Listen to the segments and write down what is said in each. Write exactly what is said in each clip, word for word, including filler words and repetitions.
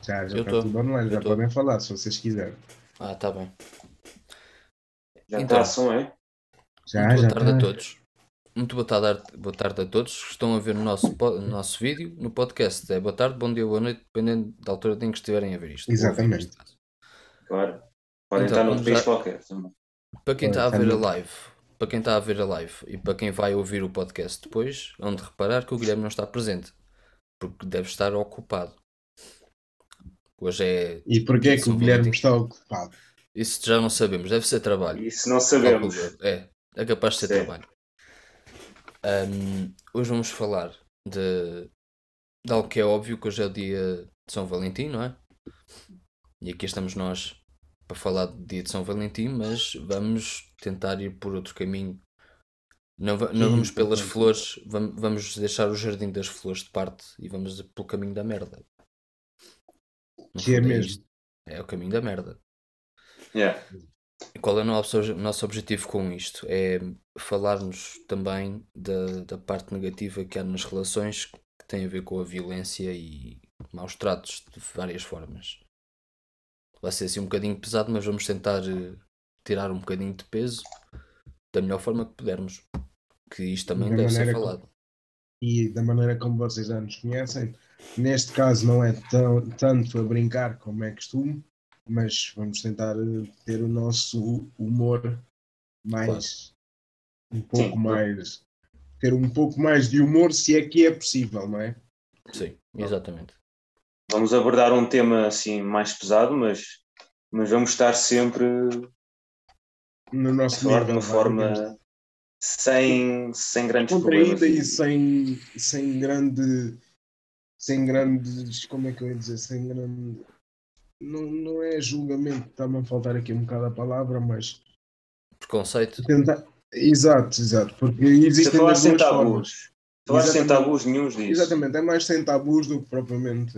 Já, já Eu está estou. tudo online, Eu já estou. podem falar se vocês quiserem. Ah, tá bem. Já Então, está a som, é? Já, muito boa já tarde a está. todos. Muito boa tarde, boa tarde a todos que estão a ver o nosso, po- o nosso vídeo no podcast. É boa tarde, bom dia, boa noite, dependendo da altura em que estiverem a ver isto. Ou a ouvir, neste Exatamente. caso. Claro. Podem Então, estar noutro vamos país já- qualquer também. Para quem Olha, está a está ver a no- live, para quem está a ver a live e para quem vai ouvir o podcast depois, hão de reparar que o Guilherme não está presente, porque deve estar ocupado. Hoje é E porquê dia é de que o São Guilherme Valentim. está ocupado? Isso já não sabemos, deve ser trabalho. Isso não Calculo sabemos. eu. É, é capaz de ser Sim. trabalho. Ahm, hoje vamos falar de, de algo que é óbvio, que hoje é o dia de São Valentim, não é? E aqui estamos nós para falar do dia de São Valentim, mas vamos tentar ir por outro caminho. Não, va- não Que vamos pelas importante. flores, vam- vamos deixar o jardim das flores de parte e vamos pelo caminho da merda. No Que é fundo é mesmo. isto. É o caminho da merda. Yeah. E qual é o nosso, obje- nosso objetivo com isto? É falarmos também da, da parte negativa que há nas relações que tem a ver com a violência e maus tratos de várias formas. Vai ser assim um bocadinho pesado, mas vamos tentar eh, tirar um bocadinho de peso da melhor forma que pudermos. Que isto também Da deve ser maneira como- falado. E da maneira como vocês já nos conhecem, neste caso não é tão, tanto a brincar como é costume, mas vamos tentar eh, ter o nosso humor mais, um pouco Sim. mais, ter um pouco mais de humor, se é que é possível, não é? Sim, exatamente. Vamos abordar um tema assim mais pesado, mas, mas vamos estar sempre No a nosso falar de nível, uma vá, digamos. forma sem, sem grandes Contraída problemas. e sem, sem grande, sem grandes, como é que eu ia dizer, sem grande, não, não é julgamento, está-me a faltar aqui um bocado a palavra, mas Preconceito. tentar, exato, exato, porque Se existem falar das sem duas formas. tabus, falar sem Exatamente. tabus nenhum disso. Exatamente, é mais sem tabus do que propriamente,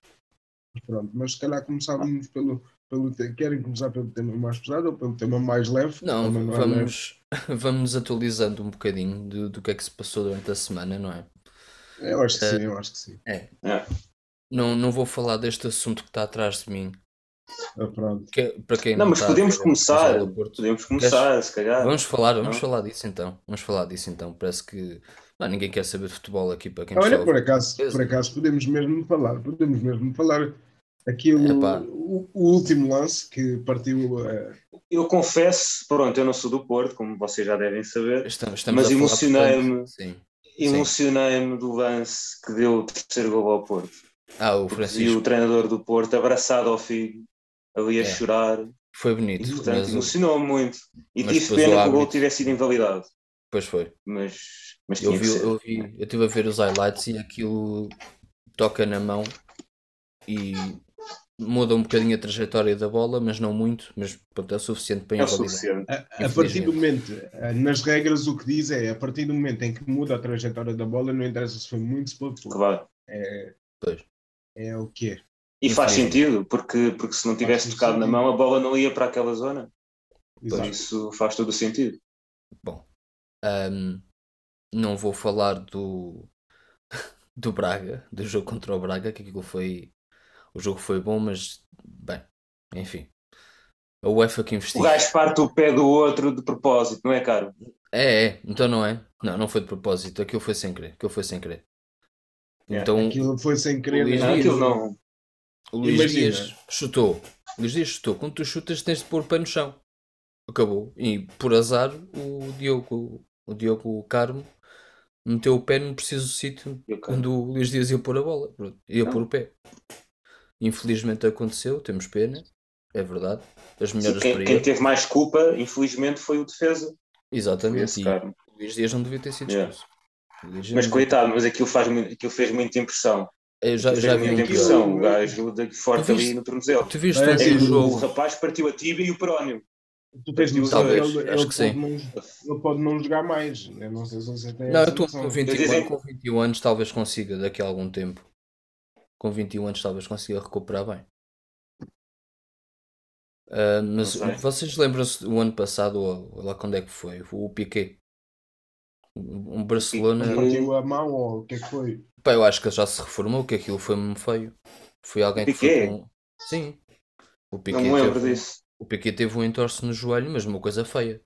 pronto, mas se calhar começávamos pelo, pelo te- querem começar pelo tema mais pesado ou pelo tema mais leve? Não, Também não é leve. vamos, vamos atualizando um bocadinho do, do que é que se passou durante a semana, não é? Eu acho que sim, eu acho que sim. É. É. Não, não vou falar deste assunto que está atrás de mim. Ah, pronto. Que, é- para quem Não, não, mas está podemos a ver, começar. Camisola do Porto. Podemos começar, se calhar. Vamos falar, vamos Não? falar disso então. Vamos falar disso então. Parece que não, ninguém quer saber de futebol aqui para quem nos Olha, está a por ouvir. acaso, Beleza. por acaso podemos mesmo falar, podemos mesmo falar aquilo, Epá. o, o último lance que partiu eh, Eu confesso, pronto, eu não sou do Porto, como vocês já devem saber, Estamos, estamos mas a falar, emocionei-me portanto, sim. emocionei-me do lance que deu o terceiro gol ao Porto. Ah, o Porque vi Francisco. o treinador do Porto abraçado ao filho, ali a É. chorar, Foi e bonito, portanto mas o- emocionou-me muito. E mas tive depois pena o que o gol árbitro- tivesse sido invalidado, depois foi. mas, mas Eu tinha vi, que ser. eu vi, eu estive a ver os highlights e aquilo toca na mão e muda um bocadinho a trajetória da bola, mas não muito, mas pronto, é o suficiente para É o invalidar. suficiente. a, a partir do momento, eh, nas regras o que diz é, a partir do momento em que muda a trajetória da bola, não interessa se foi muito, se foi pouco. Claro. É, Pois. é o que é. E faz Infelizmente. sentido, porque, porque se não tivesse Faz tocado na sentido. mão, a bola não ia para aquela zona. Por Exato. isso faz todo o sentido. Bom, ahm, não vou falar do do Braga, do jogo contra o Braga, que aquilo foi, o jogo foi bom, mas bem, enfim, a UEFA que O investiga. gajo parte o pé do outro de propósito, não é, caro? É, é, então não é? Não, não foi de propósito, aquilo foi sem querer, aquilo foi sem querer. É. Então Aquilo foi sem querer. Luís né? Não, Dias. aquilo não. o Luís Imagina. Dias chutou, o Luís Dias chutou, quando tu chutas tens de pôr o pé no chão, acabou, e por azar o Diogo, o Diogo Carmo meteu o pé no preciso sítio Eu, cara. quando o Luís Dias ia pôr a bola, pronto, ia Não. pôr o pé. Infelizmente aconteceu, temos pena, é verdade. As Sim, melhoras quem, para quem ele. teve mais culpa, infelizmente, foi o defesa. Foi Exatamente. esse E cara. o Luís Dias não devia ter sido Yeah. expulso. O Luís Dias Mas não devia ter- coitado, mas aquilo, faz, muito- aquilo fez muita impressão. Eu já, Aquilo já fez vi muita um pior. impressão. pior. O gajo de forte Tu viste- ali no tornozelo. Tu viste É, ontem sim, o O jogo? rapaz partiu a tibia e o perónio. Tu tens noção que Talvez, ele, acho ele que pode sim. não, ele pode não jogar mais. Eu não sei se você tem Não, eu essa estou noção. com vinte e um, Eles dizem- com vinte e um anos, talvez consiga daqui a algum tempo. Com vinte e um anos, talvez consiga recuperar bem. Ah, mas Não sei. vocês lembram-se do ano passado, ou, ou lá quando é que foi? O Piqué. Um Barcelona. Piqué. Partiu a mão ou o que é que foi? Pá, eu acho que ele já se reformou, que aquilo foi mesmo feio. Foi alguém que foi com. Sim. O Piquet não me lembro teve, disso. O Piquet teve um entorse no joelho, mas uma coisa feia.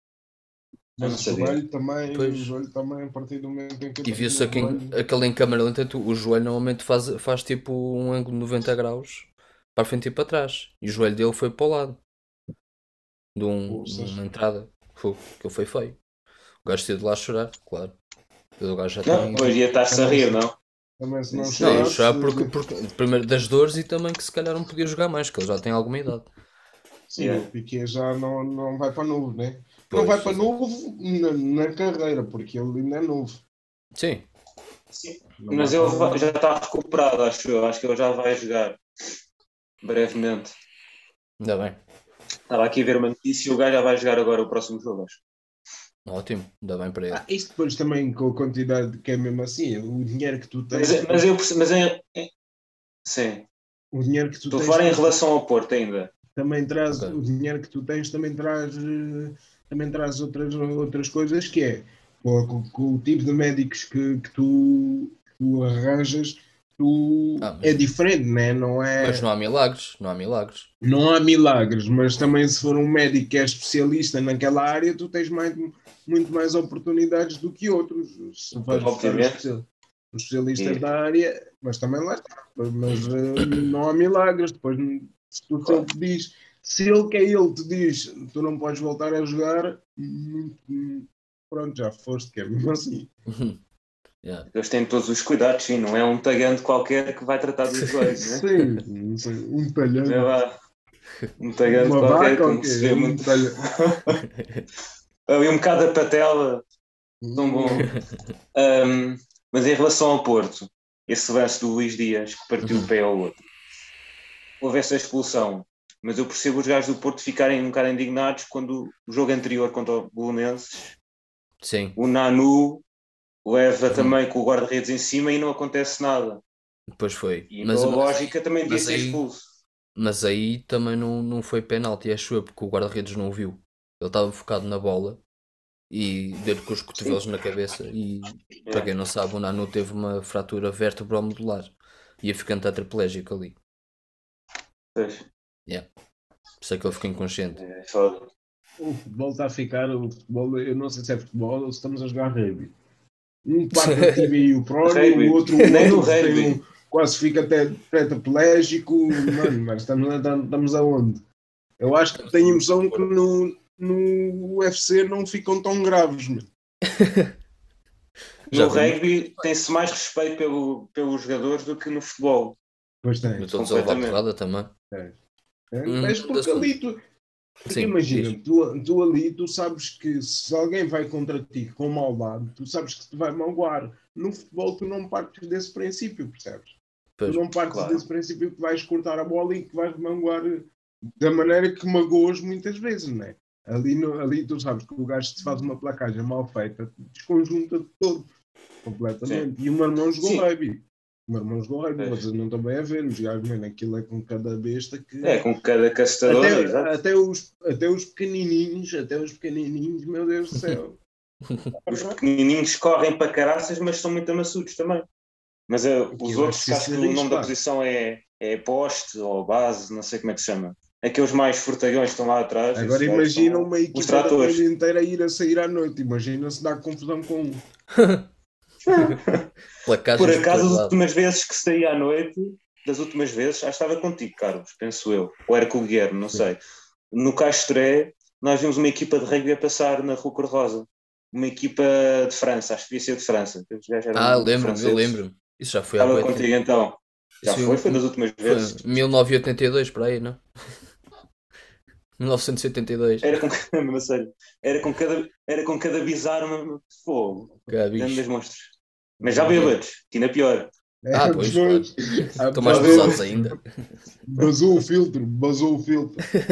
Mas o joelho também, pois. O joelho também, a partir do momento em que... E viu-se aquele em câmera lenta, o joelho normalmente faz, faz tipo um ângulo de noventa graus para a frente e para trás. E o joelho dele foi para o lado. De, um, de uma entrada. Foi, que foi feio. O gajo teve de lá chorar, claro. O gajo já não, tem... Pois ia estar-se a rir, não? Também se não chorar, não, chorar porque, porque, primeiro das dores e também que se calhar não podia jogar mais, que ele já tem alguma idade. Sim, yeah. O Piquet já não, não vai para novo, né? Pois, não vai para novo na, na carreira, porque ele ainda é novo. Sim. Sim. Mas ele vai, já está recuperado, acho eu. Acho que ele já vai jogar brevemente. Ainda bem. Estava aqui a ver uma notícia e o gajo já vai jogar agora o próximo jogo, acho. Ótimo, ainda bem para ele. Ah, isto depois também com a quantidade que é mesmo assim, o dinheiro que tu tens. Mas, mas eu percebo, mas é, é, sim. O dinheiro que tu Estou tens. Estou a falar em relação ao Porto ainda. Também traz, okay. O dinheiro que tu tens também traz, também traz outras, outras coisas, que é com, com o tipo de médicos que, que, tu, que tu arranjas, tu, ah, é diferente, né? Não é? Mas não há milagres, não há milagres. Não há milagres, mas também se for um médico que é especialista naquela área, tu tens mais, muito mais oportunidades do que outros. Se fores um especialista e... da área, mas também lá está. Mas uh, não há milagres. Depois, se tu claro. te diz, se ele que é ele te diz, tu não podes voltar a jogar, pronto, já foste, que é mesmo assim. Yeah. Eles têm todos os cuidados, sim, não é um talhante qualquer que vai tratar dos joelhos, né? Sim, não sei, um talhante. Um talhante Uma qualquer, vaca, como okay. se vê um muito. Ali um bocado da patela, tão bom. Um, mas em relação ao Porto, esse lance do Luís Dias que partiu o pé ao outro, houve essa expulsão, mas eu percebo os gajos do Porto ficarem um bocado indignados quando o jogo anterior contra o Belenenses, sim. o Nanu leva hum. também com o guarda-redes em cima e não acontece nada. Depois foi. E mas, pela mas, lógica também devia ser expulso. Mas aí também não, não foi penalti, acho eu, porque o guarda-redes não o viu. Ele estava focado na bola e deu-lhe com os cotovelos Sim. na cabeça. E é. Para quem não sabe, o Nanu teve uma fratura vértebro-medular. Ia ficando tetraplégico ali. Pois. Yeah. Por isso é que ele ficou inconsciente. É foda. O futebol está a ficar. O futebol, eu não sei se é futebol ou se estamos a jogar rugby. Um parte o time e o próprio, o outro, Nem o outro tem um, quase fica até tetraplégico. Mano, mas estamos, estamos aonde? Eu acho que tenho a impressão que no, no U F C não ficam tão graves. Mano. No rugby tem-se mais respeito pelo, pelos jogadores do que no futebol. Pois tem. Eu estou a levar porrada também. É. É, mas porque ali tu... Sim, imagina, diz. tu, tu ali, tu sabes que se alguém vai contra ti com maldade, tu sabes que te vai magoar. No futebol tu não partes desse princípio, percebes? Pois, tu não partes claro. desse princípio que vais cortar a bola e que vais magoar da maneira que magoas muitas vezes, não é? Ali, no, ali tu sabes que o gajo se faz uma placagem mal feita, desconjunta de todo, completamente. Sim. E o meu irmão jogou rugby. O meu irmão jogou rugby, vocês não estão bem a ver, os gajos, mano, aquilo é com cada besta que... É, com cada castador, até, exato. Até os, até os pequenininhos, até os pequenininhos, meu Deus do céu. Os pequenininhos correm para caraças, mas são muito amassudos também. Mas uh, os outros, que acho que o nome da posição é, é poste ou base, não sei como é que se chama. Aqueles mais fortalhões estão lá atrás. Agora imagina uma equipa da noite inteira a ir a sair à noite. Imagina se dá confusão com um. Por acaso, as últimas vezes que saí à noite, das últimas vezes, já estava contigo, Carlos, penso eu. Ou era com o Guilherme, não sei. No Castoré, nós vimos uma equipa de rugby a passar na Rua Cor-de-Rosa. Uma equipa de França, acho que devia ser de França. Ah, lembro-me, eu lembro-me. Isso já foi há Estava contigo tempo. Então. Já Isso foi, foi das últimas vezes. mil novecentos e oitenta e dois, para aí, não? mil novecentos e oitenta e dois. Era com, não sei, era com cada, era com cada bizarro de fogo. Grandes monstros. Mas já bêbados, que ainda pior. Ah, pois, claro. Estão mais pesados ainda. Basou o filtro, basou o filtro.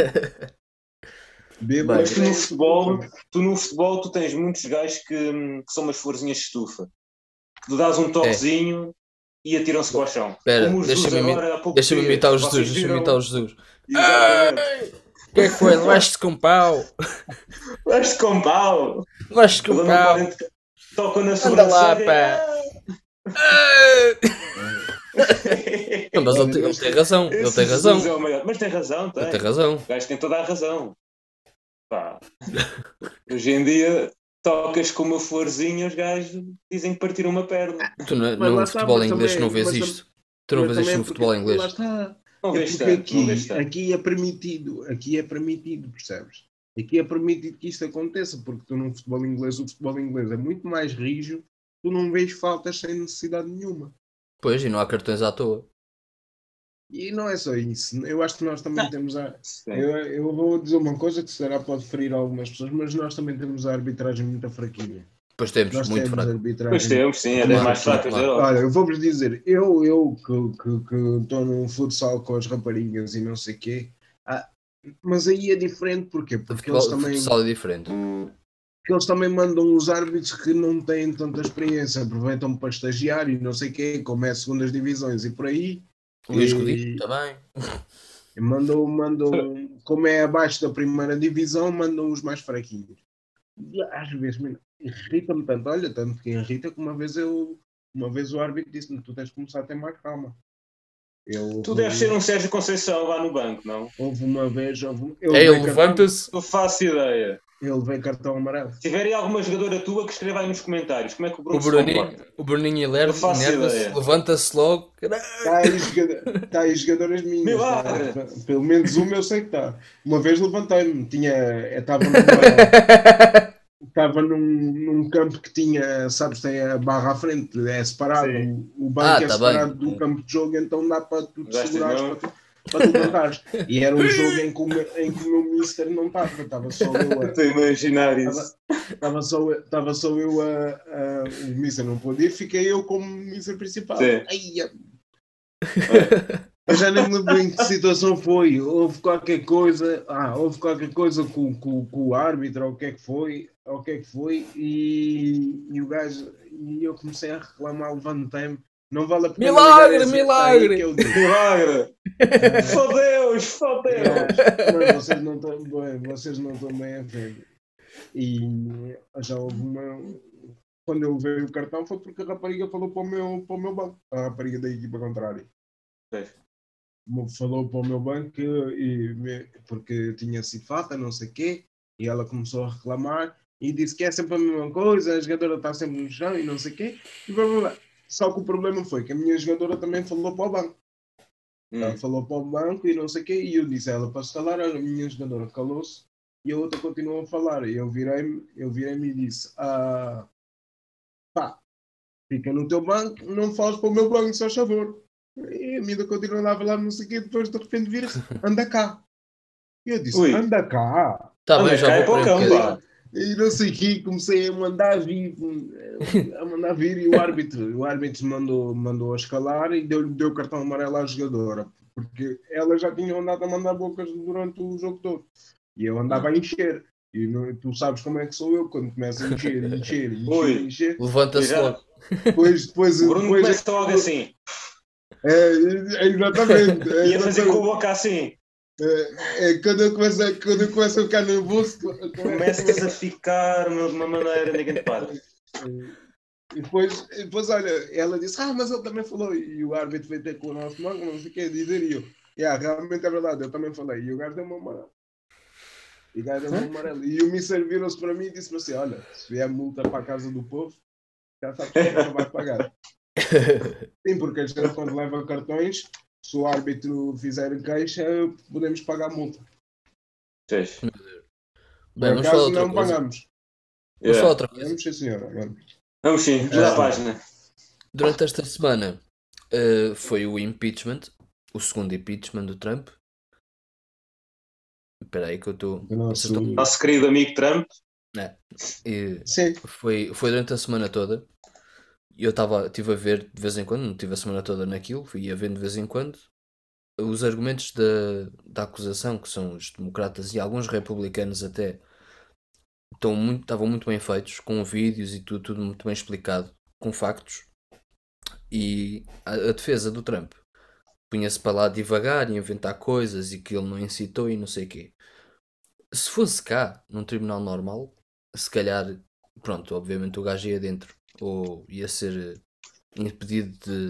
Bêbado. Mas tu no futebol, tu no futebol, tu tens muitos gajos que, que são umas florzinhas de estufa. Que tu dás um toquezinho é. e atiram-se para o chão. Espera, deixa-me deixa imitar o Jesus, deixa-me imitar o Jesus. Exatamente. O que é que foi? Levaste-te com pau? Levaste-te com pau? Levaste-te com pau? Tocam na sua Anda lá, pá. Não, mas ele, tem- ele tem razão, ele tem razão. É o maior. Mas tem razão, tem. Ele tem razão. O gajo tem toda a razão. Pá. Hoje em dia, tocas com uma florzinha, os gajos dizem que partiram uma perna. Tu no, Mas lá no está, futebol mas inglês também- não vês mas isto. Tu não Mas vês isto também no porque- futebol inglês. Lá está. Não É vês porque tanto, não vês aqui, tanto. aqui é permitido, aqui é permitido, percebes? Aqui é permitido que isto aconteça, porque tu no futebol inglês, o futebol inglês é muito mais rijo, tu não vês faltas sem necessidade nenhuma. Pois, e não há cartões à toa. E não é só isso, eu acho que nós também Não. temos a. Sim. Eu, eu vou dizer uma coisa que se calhar pode ferir algumas pessoas, mas nós também temos a arbitragem muito fraquinha. Pois temos, Nós muito temos a fraco. arbitragem. Pois temos, sim, é das Claro, mais claro, fracas da claro. Europa. Olha, eu vou-vos dizer, eu, eu que que- que estou no futsal com as raparigas e não sei o quê, ah, mas aí é diferente, porquê? O Porque futebol, eles o também, futsal é diferente. porque eles também mandam os árbitros que não têm tanta experiência, aproveitam para estagiar e não sei o quê, como é segundas divisões e por aí, Luís E- Godinho também. e mandam, mandam, como é abaixo da primeira divisão, mandam os mais fraquinhos. E às vezes me irrita-me tanto, olha, tanto que irrita que uma vez eu, uma vez o árbitro disse-me, tu tens de começar a ter mais calma. Eu, Tu deves ser um Sérgio Conceição lá no banco, não? Houve uma vez, houve, eu É, ele levei cartão, levanta-se. Não faço ideia. eu levei cartão amarelo. Se tiver aí alguma jogadora tua, que escreva aí nos comentários. Como é que o Bruno O se Bruninho, comporta? o Bruninho Não faço enerva-se, ideia. levanta-se logo. Caralho. Está aí, jogador, tá aí jogadoras minhas. Milagre! tá? Pelo menos uma eu sei que está. Uma vez levantei-me, tinha, eu estava numa, estava num, num campo que tinha, sabes, tem a barra à frente, é separado, Sim. o, o banco Ah, é tá separado bem. do campo de jogo, então dá para tu te Gastas segurares, não? para tu, para tu levantares. E era um jogo em que o meu, em que o meu mister não estava, estava só eu a, Estou a imaginar isso. Estava só, estava só eu a, a. O mister não pôde ir, fiquei eu como mister principal. Sim. Ai, a- eu já nem me lembro em que situação foi. Houve qualquer coisa. Ah, houve qualquer coisa com, com, com o árbitro, ou o que é que foi, ou o que é que foi, e, e o gajo. E eu comecei a reclamar, levantei-me. Não vale a pena. Milagre, ligar esse- milagre! aí que eu digo. Milagre! Ah, Fodeus, fodeus! é, mas vocês não estão bem, vocês não estão bem a ver. E já houve uma. Quando eu levei o cartão foi porque a rapariga falou para o meu, para o meu banco. A rapariga da equipa contrária. Pois. Falou para o meu banco que, e, me- porque tinha sido falta, não sei o quê, e ela começou a reclamar e disse que é sempre a mesma coisa, a jogadora está sempre no chão e não sei o quê. E blá, blá, blá. Só que o problema foi que a minha jogadora também falou para o banco. Ela Hum. falou para o banco e não sei o quê, e eu disse a ela para se calar, a minha jogadora calou-se e a outra continuou a falar. E eu virei-me eu virei-me e disse: ah, pá, fica no teu banco, não fales para o meu banco, só favor. E a miúda continuou lá a falar, não sei o quê, depois de repente vira-se: anda cá. E eu disse: Ui. anda cá. Tá Anda bem, já cá, é vou por para o um campo, bocadinho. pá. E não sei o quê, comecei a mandar vir, a mandar vir, e o árbitro, o árbitro mandou, mandou a escalar e deu, deu cartão amarelo à jogadora, porque ela já tinha andado a mandar bocas durante o jogo todo. E eu andava a encher. E não- tu sabes como é que sou eu, quando começo a encher, encher, encher, Ui. encher. Levanta-se Já- logo. Depois, depois, O Bruno depois começa logo assim. É, é, exatamente. É, E a fazer com a exatamente. boca assim. É, é, quando, eu começo a, quando eu começo a ficar nervoso, Começas a ficar de uma maneira ninguém te para. E depois, e depois, olha, ela disse, ah, mas ele também falou, e o árbitro veio ter com o nosso banco, não sei o que, dizer, e eu, yeah, realmente é verdade, eu também falei, e o gajo deu-me um amarelo. E o gajo deu-me um amarelo. E o mister virou-se para mim e disse-me assim, olha, se vier multa para a casa do povo, já sabes que não vai pagar. Sim, porque a gente quando leva cartões, se o árbitro fizer queixa, podemos pagar multa. Pois. Bem, Por vamos falar acaso outra não coisa. pagamos. Vamos Yeah. falar outra coisa. Vamos, sim, senhora. Vamos. Vamos sim, muda a página. Durante esta semana eh, foi o impeachment, o segundo impeachment do Trump. Espera aí que eu estou... Do nosso- Nosso querido amigo Trump. E Sim. foi, foi durante a semana toda. E eu estava estive a ver de vez em quando, não tive a semana toda naquilo, fui a ver de vez em quando os argumentos da, da acusação, que são os democratas e alguns republicanos até, estão muito, estavam muito bem feitos, com vídeos e tudo, tudo muito bem explicado, com factos. E a, a defesa do Trump punha-se para lá devagar e inventar coisas e que ele não incitou e não sei o quê. Se fosse cá, num tribunal normal, se calhar, pronto, obviamente o gajo ia dentro ou ia ser impedido de,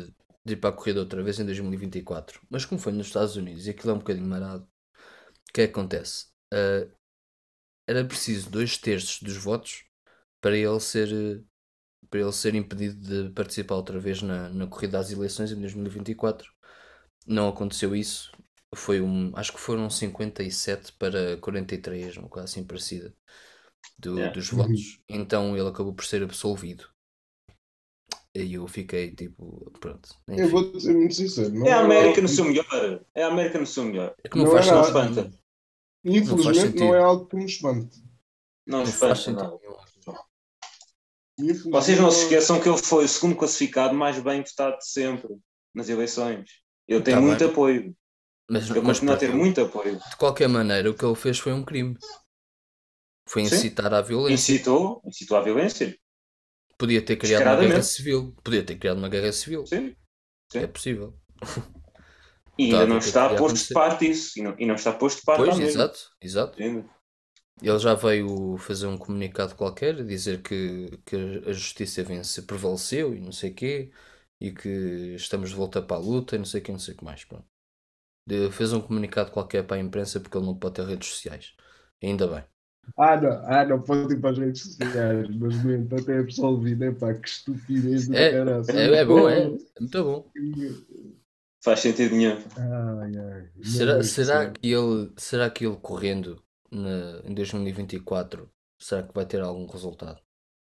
de ir para a corrida outra vez em dois mil e vinte e quatro. Mas como foi nos Estados Unidos e aquilo é um bocadinho marado, o que é que acontece? Uh, era preciso dois terços dos votos para ele ser, para ele ser impedido de participar outra vez na, na corrida às eleições em dois mil e vinte e quatro. Não aconteceu isso. Foi um, acho que foram cinquenta e sete para quarenta e três, uma coisa assim parecida, do, Yeah. dos votos. Então ele acabou por ser absolvido. E eu fiquei tipo, pronto. Eu Enfim. vou ser muito sincero. Não É a era América algo no que- seu melhor. É a América no seu melhor. É que não, Não faz era- sentido. Não espanta. Não faz Infelizmente não, é sentido. algo que me espante. Não, Não espanta faz sentido nada. nenhum. Infelizmente, Vocês não se esqueçam que ele foi o segundo classificado mais bem votado de sempre nas eleições. Ele tem Tá muito bem. apoio. Mas, Ele mas continua a ter perdeu. muito apoio. De qualquer maneira, o que ele fez foi um crime. Foi Sim. incitar à violência. Incitou, incitou à violência. Podia ter criado uma guerra Descaradamente. civil. Podia ter criado uma guerra civil. Sim. Sim. É possível. E Estava ainda não a ter está que posto acontecer. de parte isso. E não, e não está posto de parte Pois, à mesma. exato, exato. Ainda. Ele já veio fazer um comunicado qualquer, dizer que, que a justiça vence, prevaleceu e não sei o quê, e que estamos de volta para a luta e não sei o quê, não sei o que mais. Pronto. De- fez um comunicado qualquer para a imprensa porque ele não pode ter redes sociais. Ainda bem. Ah, não, ah, não pode ir para as redes sociais, mas no entanto é absolvido. É pá, que estupidez do É, caralho. é, é bom, é. É muito bom. Faz sentido nenhum. Ai, ai. Será, Meu Deus do será, céu. que ele, será que ele correndo na, em dois mil e vinte e quatro, será que vai ter algum resultado?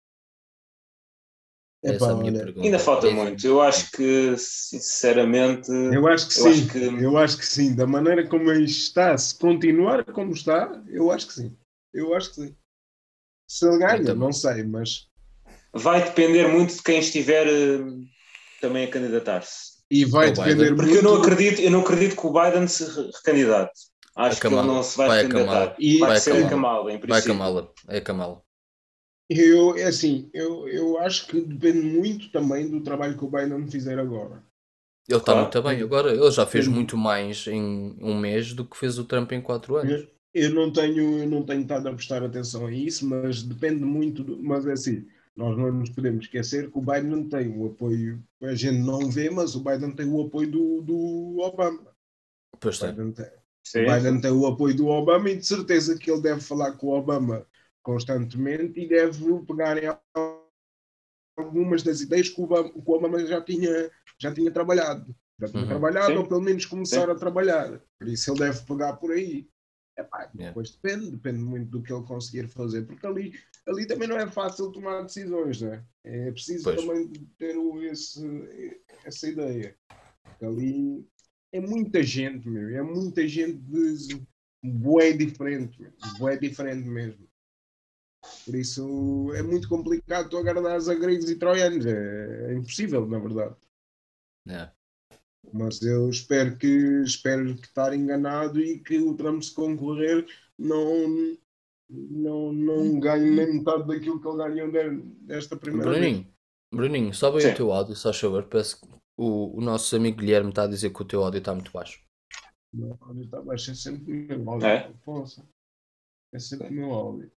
Epá, Essa é a minha olha, pergunta. Ainda falta É- muito. Eu acho que, sinceramente, Eu acho que Eu sim, acho que- eu acho que sim. Da maneira como ele está, se continuar como está, eu acho que sim. Eu acho que sim. Se ele ganha, também. não sei, mas. vai depender muito de quem estiver eh, também a candidatar-se. E vai O Biden. depender Porque muito. eu não acredito, eu não acredito que o Biden se re- recandidate. Acho A que ele Kamala. não se vai Vai a recandidatar. Kamala. E- Vai Vai a ser a Kamala. Kamala, em Vai a princípio. Kamala. É a Kamala. Eu, é assim, eu, eu acho que depende muito também do trabalho que o Biden fizer agora. Ele está Claro. muito bem agora. Ele já fez Sim. muito mais em um mês do que fez o Trump em quatro anos. Eu, eu não tenho, eu não tenho estado a prestar atenção a isso, mas depende muito. Do, mas é assim, nós não nos podemos esquecer que o Biden tem o apoio. A gente não vê, mas o Biden tem o apoio do, do Obama. Pois O tem. Biden tem. Sim, O Biden tem o apoio do Obama e de certeza que ele deve falar com o Obama constantemente e deve pegar em algumas das ideias que o Obama, que o Obama já, tinha, já tinha trabalhado. Já tinha Uhum. trabalhado, Sim. ou pelo menos começar Sim. a trabalhar. Por isso ele deve pegar por aí. Epá, Yeah. depois depende, depende muito do que ele conseguir fazer, porque ali, ali também não é fácil tomar decisões, né? É preciso Pois. também ter o- esse, essa ideia. Porque ali é muita gente, meu, é muita gente de bué diferente, meu, bué diferente mesmo. Por isso é muito complicado tu agarrares a gregos e troianos, é, é impossível, na verdade. Yeah. Mas eu espero que espero que estar enganado e que o Trump, se concorrer, não, não, não ganhe nem metade daquilo que ele ganhou de- desta primeira vez. Bruninho, Bruninho, sobe aí Sim. o teu áudio, só favor. Parece que o, o nosso amigo Guilherme está a dizer que o teu áudio está muito baixo. Não, áudio está baixo, é sempre o meu áudio. É? Poxa. É sempre o meu áudio.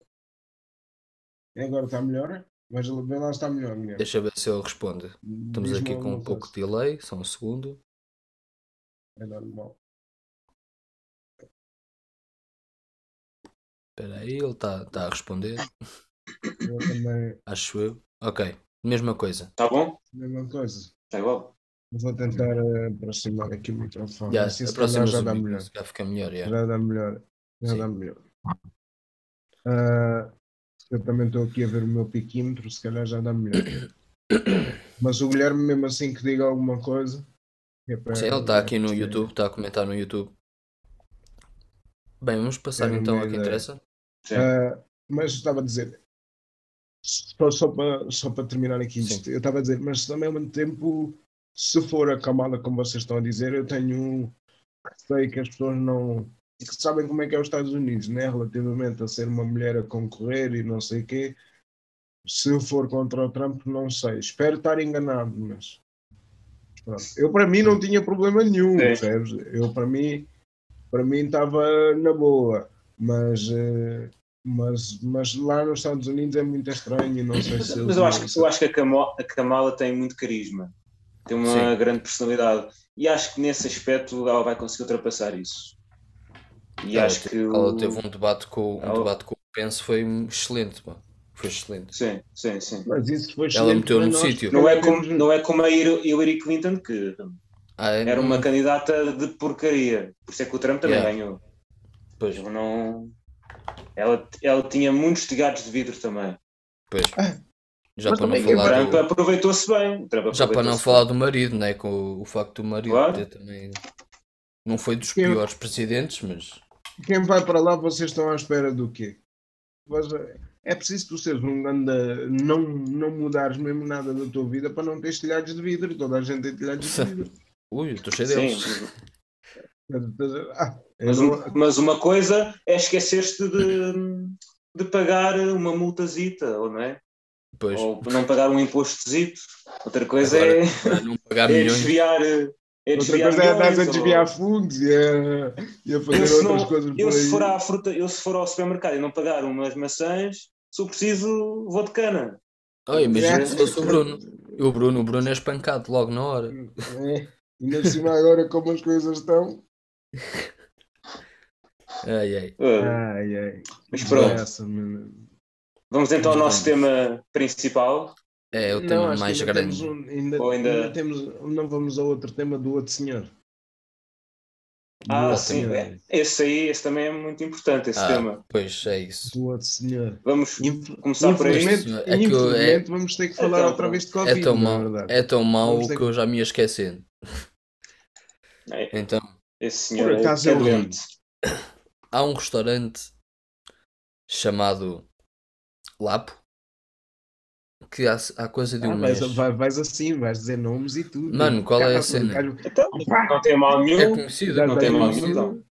E agora está melhor? Mas vê lá se está melhor, Guilherme. Deixa eu ver se ele responde. Estamos Diz-me aqui com alguma um pouco coisa. de delay, só um segundo. É normal. Espera aí, ele está tá a responder, Eu também, acho eu. Ok, mesma coisa. Tá bom? mesma coisa. Está igual. Eu vou tentar eh, aproximar aqui o microfone. Já, Assim, se calhar aproxima-nos já o dá micro, melhor. se calhar fica melhor. já. Já dá melhor. Já Sim. dá melhor. Ah, eu também estou aqui a ver o meu piquímetro, se calhar já dá melhor. Mas o Guilherme, mesmo assim, que diga alguma coisa. É para, Sim, ele está aqui no para- YouTube, está a comentar no YouTube. Bem, vamos passar Ter então uma ao que ideia. interessa. Sim. Ah, mas estava a dizer, só, só, para, só para terminar aqui Sim. isto, eu estava a dizer, mas também ao mesmo tempo, se for a Kamala, como vocês estão a dizer, eu tenho receio que as pessoas não. Que sabem como é que é os Estados Unidos, né? Relativamente a ser uma mulher a concorrer e não sei o quê. Se eu for contra o Trump, não sei. Espero estar enganado, mas. Pronto. Eu, para mim, não tinha problema nenhum, Sim. percebes? Eu, para mim, para mim estava na boa, mas. eh, Mas, mas lá nos Estados Unidos é muito estranho e não sei se. Mas eu acho, que- eu acho que a Kamala, a Kamala tem muito carisma. tem uma Sim. grande personalidade. E acho que nesse aspecto ela vai conseguir ultrapassar isso. E Ela acho teve, que ela o... teve um debate com, um ela- debate com o Pence, foi excelente, pá. Foi excelente. Sim, sim, sim. Mas isso foi Ela excelente meteu para no nós. sítio. Não é, temos... como, não é como a Hillary Clinton, que Ah, é? era uma Hum, candidata de porcaria. Por isso é que o Trump também yeah. ganhou. Pois, Eu não... ela, ela tinha muitos telhados de vidro também. pois. Ah, Já mas para não também quem O falar vai... Trump do. aproveitou-se bem. O Trump Já para não aproveitou-se falar bem. do marido, né? Com o, o facto do marido Claro. ter também. Não foi dos Quem- piores presidentes, mas. Quem vai para lá, vocês estão à espera do quê? Mas, eh, é preciso tu seres um grande. Não, não mudares mesmo nada da tua vida para não teres telhados de vidro. Toda a gente tem telhados de vidro. Ui, eu estou cheio Sim, deles. Ah, eu mas, não- um- mas uma coisa é esquecer-te de, de pagar uma multazita, ou não é? Pois. Ou não pagar um impostozito. Outra coisa Agora, é, agora não pagar é milhões. desviar, é Outra desviar coisa é andar a milhões. desviar ou- fundos e a, e a fazer Eu, se, outras não, coisas por eu, se for aí. à fruta, eu se for ao supermercado e não pagar umas maçãs, se eu preciso, vou de cana. Oh, imagina É. se fosse o Bruno. E o Bruno, o Bruno é espancado logo na hora. É. Ainda por cima agora como as coisas estão. Ai, ai. Uh, Ai, ai. mas pronto, Essa, mano. vamos então ao Mas nosso vamos. tema principal. É o Não, tema acho que mais ainda grande. temos um, ainda, Ou ainda- ainda temos, não vamos ao outro tema do outro senhor. Do Ah, outro sim, senhor. é, esse aí, esse também é muito importante, esse Ah, tema. pois é isso. Do outro senhor. Vamos Inf- começar por aí. infelizmente, Este senhor- é que eu- infelizmente vamos ter que falar Então, outra vez de É Covid, tão não é mau, verdade? é tão mau Vamos ter que eu já me ia esquecendo. É, Então, esse senhor Por acaso é, é eu doente. há um restaurante chamado Lapo que há, há coisa de um Ah, mês. vais, vai- vais assim, vais dizer nomes e tudo. Mano, qual é a Cara, cena? cara, Então, Opa! não tem mal É nenhum. conhecido, já não está tem mal conhecido. nenhum,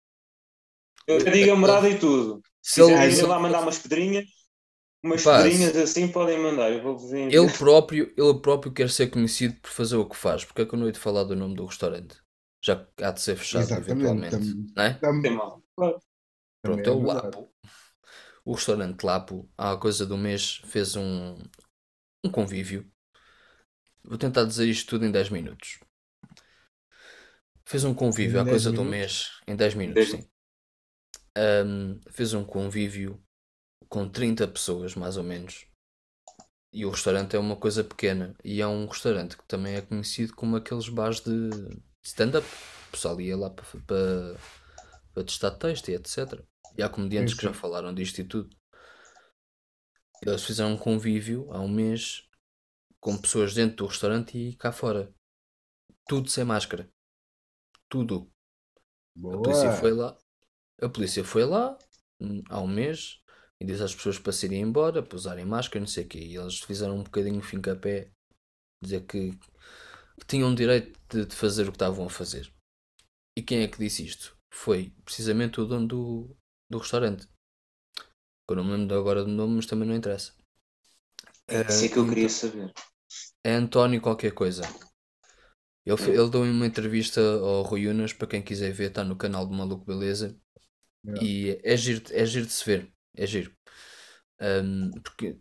Eu te digo a morada e tudo. Se Se ele, quiserem se ir ele lá mandar fosse- umas pedrinhas, umas Pá, pedrinhas assim, podem mandar. Eu vou-vos enviar. ele próprio, ele próprio quer ser conhecido por fazer o que faz. Porque é que eu não hei de falar do nome do restaurante? Já que há de ser fechado Exatamente. eventualmente. Tam, Não é? Não tam, tem mal. Claro. Pronto, também é o verdade. Lapo. O restaurante Lapo, há coisa do mês, fez um, um convívio. Vou tentar dizer isto tudo em dez minutos. Fez um convívio Em há dez coisa do minutos? mês, em dez minutos, dez sim. Ahm, fez um convívio com trinta pessoas, mais ou menos. E o restaurante é uma coisa pequena. E é um restaurante que também é conhecido como aqueles bares de stand-up. O pessoal ia lá para, para, para testar texto e etcétera. E há comediantes Sim, que já sim. falaram disto e tudo. Eles fizeram um convívio há um mês com pessoas dentro do restaurante e cá fora. Tudo sem máscara. Tudo. A polícia foi Boa. lá. A polícia foi lá hum, há um mês e disse às pessoas para se irem embora, para usarem máscara, não sei o quê. E eles fizeram um bocadinho fim a pé, dizer que, que tinham direito de, de fazer o que estavam a fazer. E quem é que disse isto? Foi precisamente o dono do, do restaurante. Eu não me lembro agora do nome, mas também não interessa. É isso é que eu então- queria saber. É António qualquer coisa. Ele, fe- ele deu uma entrevista ao Rui Unas, para quem quiser ver, está no canal do Maluco Beleza. Yeah. E é giro, é giro de se ver. É giro. Ahm, porque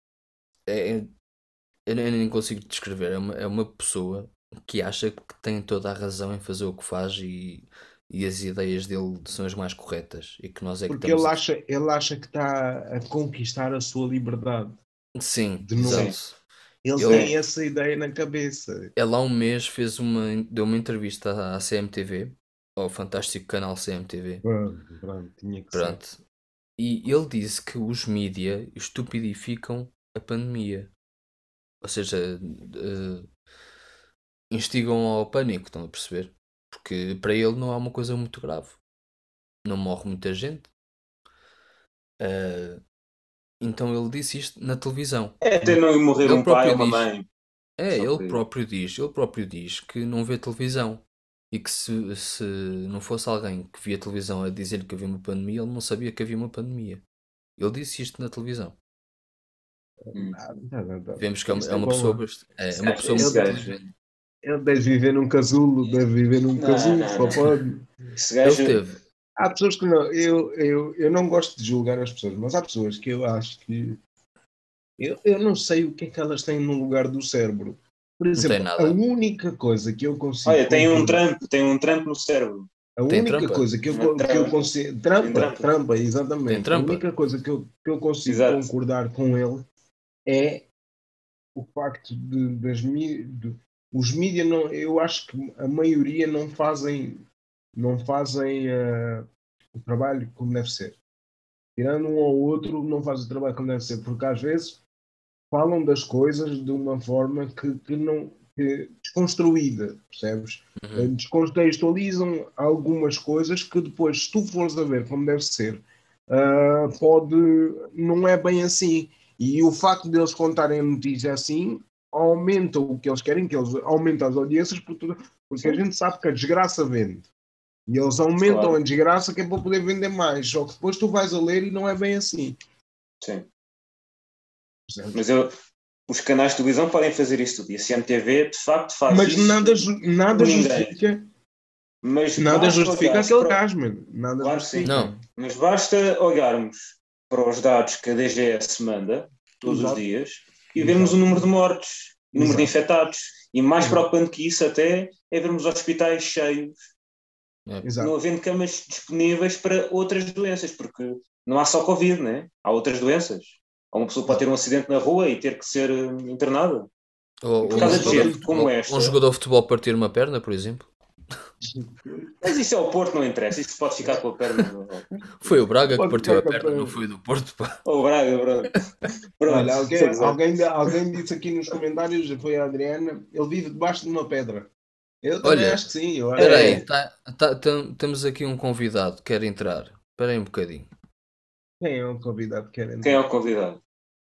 é, é- eu nem nem consigo descrever. É uma, é uma pessoa que acha que tem toda a razão em fazer o que faz e, e as ideias dele são as mais corretas. E que nós é que Porque estamos ele a- acha, ele acha que está a conquistar a sua liberdade. Sim, de novo. exato. Ele Ele- tem essa ideia na cabeça. Ele há um mês fez uma, deu uma entrevista à à C M T V, ao fantástico canal C M T V. Pronto, pronto, tinha que ser. Pronto. E ele disse que os mídia estupidificam a pandemia. Ou seja, eh, instigam ao pânico, estão a perceber? Porque para ele não há uma coisa muito grave. Não morre muita gente. Eh, então ele disse isto na televisão. É até não morrer Ele um pai próprio ou uma diz. mãe. É, Só ele por aí. próprio diz, ele próprio diz que não vê televisão e que se, se não fosse alguém que via televisão a dizer que havia uma pandemia, ele não sabia que havia uma pandemia. Ele disse isto na televisão. Hum. Ah, tá, tá, tá. Vemos que é uma, Isso é é uma bom, pessoa, é? bast- é, Esse é uma gajo- pessoa esse muito gajo- inteligente. Ele deve viver num casulo, deve viver num Não, casulo, não, só não. pode. Esse Ele gajo. teve, Há pessoas que não. Eu, eu, eu não gosto de julgar as pessoas, mas há pessoas que eu acho que. Eu, eu não sei o que é que elas têm no lugar do cérebro. Por tem exemplo, a nada. única coisa que eu consigo. Olha, tem um concordar- trampo, tem um trampo no cérebro. A Tem única trampa? coisa que eu, Uma co- que eu trampa. consigo. Tem Trampa, trampa. trampa, Tem exatamente. A trampa? única coisa que eu, que eu consigo Exato. concordar com ele é o facto de, das mi- de- os mídias não, eu acho que a maioria não fazem não fazem eh, o trabalho como deve ser. Tirando um ou outro, não fazem o trabalho como deve ser, porque às vezes falam das coisas de uma forma que, que não que desconstruída, percebes? Uhum. Eh, Descontextualizam algumas coisas que depois, se tu fores a ver como deve ser, ah, pode, não é bem assim. E o facto deles contarem a notícia assim aumenta o que eles querem, que eles aumentam as audiências, porque, porque a Sim. gente sabe que a desgraça vende. E eles aumentam Claro. a desgraça que é para poder vender mais. Só que depois tu vais a ler e não é bem assim. Sim. Percebes? Mas eu, os canais de televisão podem fazer isso tudo. E a C M T V, de facto, faz Mas isso. nada, ju- nada por ninguém. justifica, Mas nada basta justifica olhar aquele para- gajo, mano. Nada Claro que sim. justifica. Não. Mas basta olharmos para os dados que a D G S manda todos Exato. os dias e Exato. vermos o número de mortes, o número de Exato. infectados. E mais Exato. preocupante que isso até é vermos hospitais cheios, É. Exato. não havendo camas disponíveis para outras doenças, porque não há só Covid, né? Há outras doenças. Ou uma pessoa pode ter um acidente na rua e ter que ser eh, internada. Ou, E por ou um, causa de jogador, gente de como futebol, esta- um jogador de futebol partir uma perna, por exemplo. Mas isso é o Porto, não interessa. Isso pode ficar com a perna. Foi o Braga que Pode partiu a ficar com a perna, perna. não foi o do Porto, pá. Ou o Braga, pronto. Pronto, Olha, alguém, quer dizer, alguém, alguém disse aqui nos comentários, foi a Adriana, ele vive debaixo de uma pedra. Eu também Olha, acho que sim. Eu acho Espera É. aí, tá, tá, tam- temos aqui um convidado que quer entrar. Espera aí um bocadinho. Quem é o convidado que quer entrar? quem é o convidado?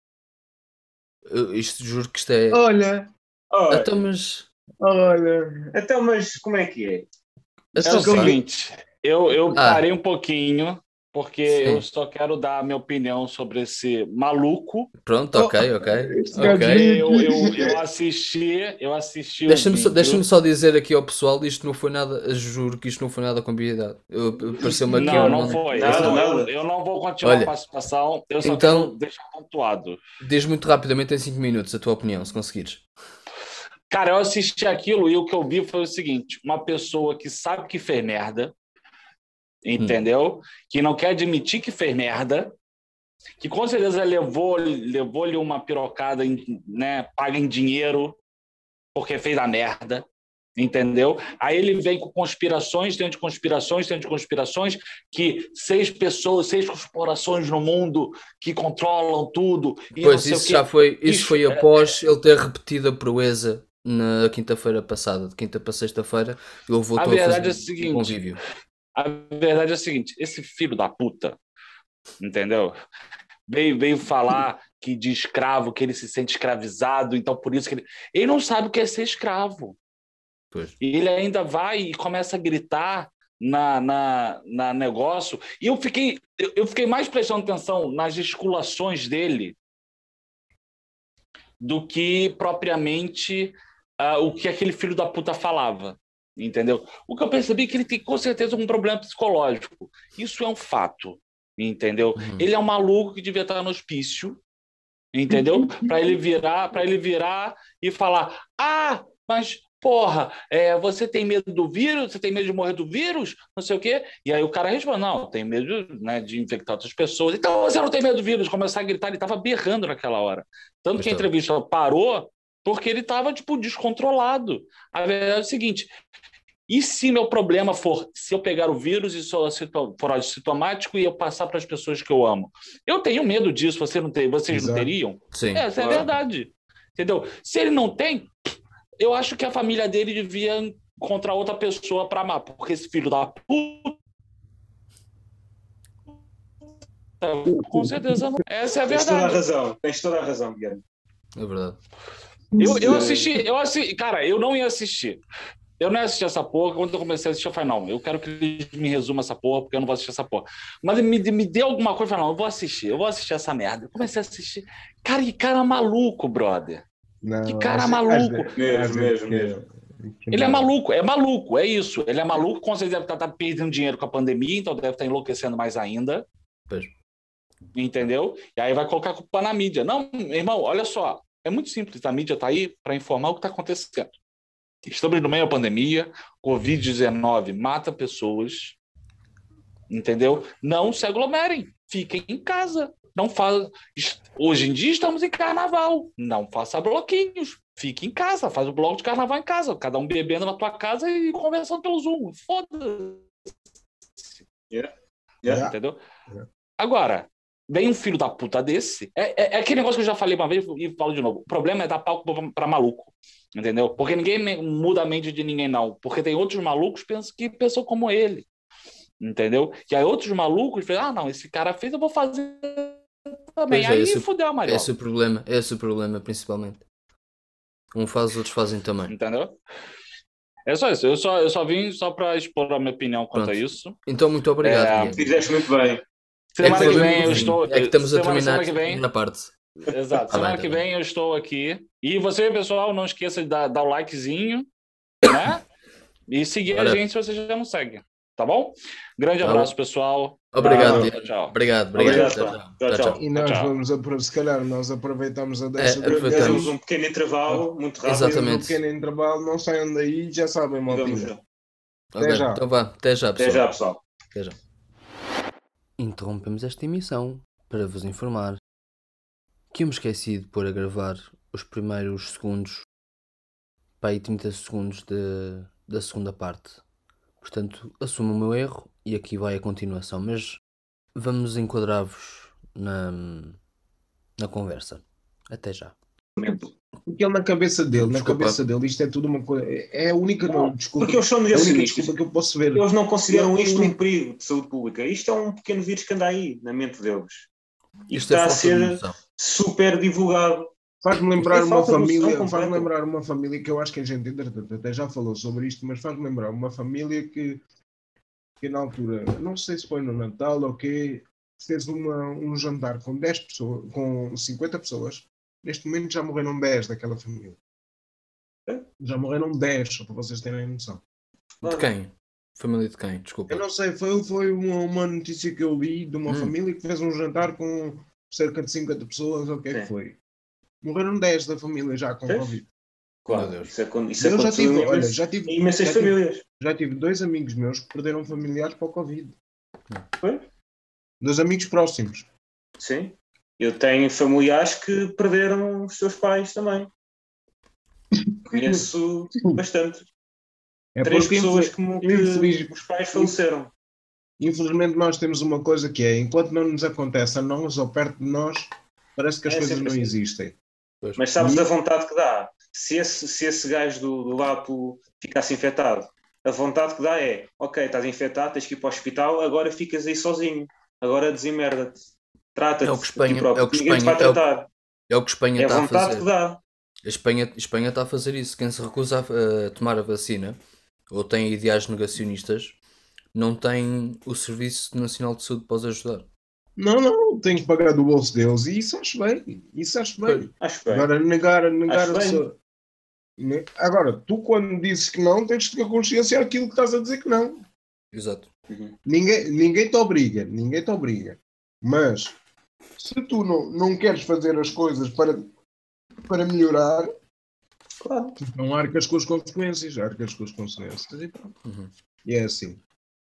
Eu, isto juro que isto é. Olha, Olha, Então, mas. olha. então, mas como é que é? É Então, o pá, seguinte, eu, eu Ah. parei um pouquinho, porque Sim. eu só quero dar a minha opinião sobre esse maluco. Pronto, Oh, ok, ok. este gajo ok. veio Eu, aqui. eu, eu assisti, eu assisti o Deixa-me só, vídeo. deixa-me só dizer aqui ao pessoal, isto não foi nada, juro que isto não foi nada combinado. Eu- Pareceu-me aqui Não, um- não foi. Nada, eu, não, eu- nada. eu não vou continuar Olha, a participação, eu só então- quero deixar pontuado. Diz muito rapidamente em cinco minutos a tua opinião, se conseguires. Cara, eu assisti aquilo e o que eu vi foi o seguinte: uma pessoa que sabe que fez merda, entendeu? Que não quer admitir que fez merda, que com certeza levou, levou-lhe uma pirocada, em, né, paga em dinheiro, porque fez a merda, entendeu? Aí ele vem com conspirações, dentro de conspirações, dentro de conspirações, que seis pessoas, seis corporações no mundo que controlam tudo. E não Pois, sei o isso quê. já foi, isso Bicho, foi é- após ele ter repetido a proeza na quinta-feira passada, de quinta para sexta-feira, ele voltou A a, verdade fazer é a seguinte, um convívio. A verdade é a seguinte, esse filho da puta, entendeu? Veio, veio falar que de escravo, que ele se sente escravizado, então por isso que ele... Ele não sabe o que é ser escravo. Pois. E ele ainda vai e começa a gritar na, na, na negócio. E eu fiquei, eu, eu fiquei mais prestando atenção nas gesticulações dele do que propriamente ah, o que aquele filho da puta falava. Entendeu? O que eu percebi é que ele tem com certeza um problema psicológico. Isso é um fato. Entendeu? Uhum. Ele é um maluco que devia estar no hospício. Entendeu? Para ele virar, para ele virar e falar: "Ah, mas porra, é, você tem medo do vírus? Você tem medo de morrer do vírus? Não sei o quê." E aí o cara responde: "Não, tenho medo, né, de infectar outras pessoas." "Então você não tem medo do vírus?" Começar a gritar, ele estava berrando naquela hora. Tanto que a Então. entrevista parou porque ele estava tipo descontrolado. A verdade é o seguinte: e se meu problema for, se eu pegar o vírus e só for assintomático e eu passar para as pessoas que eu amo? Eu tenho medo disso, você não tem, vocês Exato. não teriam? Sim. Essa é a Claro. verdade. Entendeu? Se ele não tem, eu acho que a família dele devia encontrar outra pessoa para amar, porque esse filho da puta, com certeza não. Essa é a Tens toda a verdade. razão, tens toda a razão, Guilherme. É verdade. Eu, eu assisti, eu assisti, cara, eu não ia assistir. Eu não ia assistir essa porra. Quando eu comecei a assistir, eu falei: não, eu quero que eles me resumam essa porra, porque eu não vou assistir essa porra. Mas me, me deu alguma coisa, eu falei: não, eu vou assistir, eu vou assistir essa merda. Eu comecei a assistir. Cara, que cara maluco, brother. Não, Que cara acho- maluco. acho- Mesmo, acho mesmo, que- mesmo. que Ele é não. maluco, é maluco, é isso. Ele é maluco, com certeza deve estar perdendo dinheiro com a pandemia, então deve estar enlouquecendo mais ainda. Pois. Entendeu? E aí vai colocar a culpa na mídia. Não, meu irmão, olha só. É muito simples, a mídia está aí para informar o que está acontecendo. Estamos no meio da pandemia, covid dezenove mata pessoas, entendeu? Não se aglomerem, fiquem em casa. Não faz... Hoje em dia estamos em carnaval, não faça bloquinhos, fique em casa, faz o bloco de carnaval em casa, cada um bebendo na tua casa e conversando pelo Zoom. Foda-se. Yeah. Yeah. Entendeu? Yeah. Agora, vem um filho da puta desse, é, é, é aquele negócio que eu já falei uma vez e falo de novo. O problema é dar palco pra, pra maluco, entendeu? Porque ninguém muda a mente de ninguém, não. Porque tem outros malucos que pensam, que pensam como ele, entendeu? E aí outros malucos pensam, ah, não, esse cara fez, eu vou fazer também. Pois é, aí esse, fudeu a Mariola. esse é o problema, esse é o problema, principalmente. Um faz, os outros fazem também. Entendeu? É só isso. Eu só, eu só vim só para expor a minha opinião quanto Pronto. a isso. Então, muito obrigado, É, Guilherme. Fizeste muito bem. Semana é que, que vem eu fim. estou. É que estamos a semana, terminar semana a que vem, primeira parte. Exato. Tá Semana bem, que tá vem bem. eu estou aqui. E você, pessoal, não esqueça de dar, dar o likezinho, né? E seguir Bora. a gente se você já não segue. Tá bom? Grande Tá abraço, bom. pessoal. Obrigado, Tchau, Guilherme. tchau. Obrigado, obrigado. Obrigado, Tchau, pá. tchau. Tchau, Tchau, tchau. tchau. E nós Tchau. vamos, apro- se calhar, nós aproveitamos a deixa É, de aproveitamos. Fazemos um pequeno intervalo, muito rápido. Exatamente. um pequeno intervalo, não saiam daí, já sabem, E vamos maltinha. já. Ok, já. então vá. Até já, Até pessoal. já, pessoal. Até já. Interrompemos esta emissão para vos informar que eu me esqueci de pôr a gravar os primeiros segundos, para aí trinta segundos de, da segunda parte. Portanto, assumo o meu erro e aqui vai a continuação, mas vamos enquadrar-vos na, na conversa. Até já. Porque ele na cabeça dele, na Desculpa. cabeça dele, isto é tudo uma coisa. É a única, não, desculpa, Porque eles são é a única negacionistas. desculpa que eu posso ver. Eles não consideram Não, isto não. um perigo de saúde pública. Isto é um pequeno vírus que anda aí na mente deles. E Isto é está a falta de ser noção. super divulgado. Faz-me lembrar É uma falta de noção família, completa. faz-me lembrar uma família que eu acho que a gente entretanto, até já falou sobre isto, mas faz-me lembrar uma família que, que na altura, não sei se foi no Natal ou quê, fez uma, um jantar com dez pessoas, com cinquenta pessoas. Neste momento já morreram dez daquela família. Já morreram dez, só para vocês terem noção. De quem? Família de quem? Desculpa. Eu não sei, foi, foi uma, uma notícia que eu li de uma Hum. família que fez um jantar com cerca de cinquenta pessoas, ou o que é que Sim. foi. Morreram dez da família já com Sim. Covid. Claro, Meu Deus. isso, acon- isso Eu já aconteceu tive, em olha, imensas, já tive, em imensas já tive, famílias. já tive dois amigos meus que perderam familiares para o Covid. Foi? Dois amigos próximos. Sim. Eu tenho familiares que perderam os seus pais também. Conheço bastante. É Três porque, pessoas infeliz- que, que infeliz- os pais faleceram. infelizmente nós temos uma coisa que é, enquanto não nos acontece a nós ou perto de nós, parece que as É coisas sempre não assim. existem. Mas sabes E- a vontade que dá? Se esse, se esse gajo do, do Lapo ficasse infectado, a vontade que dá é: ok, estás infectado, tens que ir para o hospital, agora ficas aí sozinho. Agora desemmerda-te. Trata-te É o que de Espanha- ti próprio. é o que Ninguém te vai Espanha- é o- tratar. É o que Espanha É a está a vontade fazer. que dá. A Espanha, a Espanha está a fazer isso. Quem se recusa a, a tomar a vacina ou tem ideais negacionistas não tem o Serviço Nacional de Saúde para os ajudar. Não, não, tenho que pagar do bolso deles e isso acho bem. Isso acho bem. Acho bem. Agora, negar, negar Acho a bem. sua- Ne- Agora, tu quando dizes que não, tens de ter consciência daquilo que estás a dizer que não. Exato. Uhum. Ninguém, ninguém te obriga, ninguém te obriga. Mas se tu não, não queres fazer as coisas para, para melhorar, Claro. não arcas com as consequências, arcas com as consequências e pronto. Uhum. E é assim.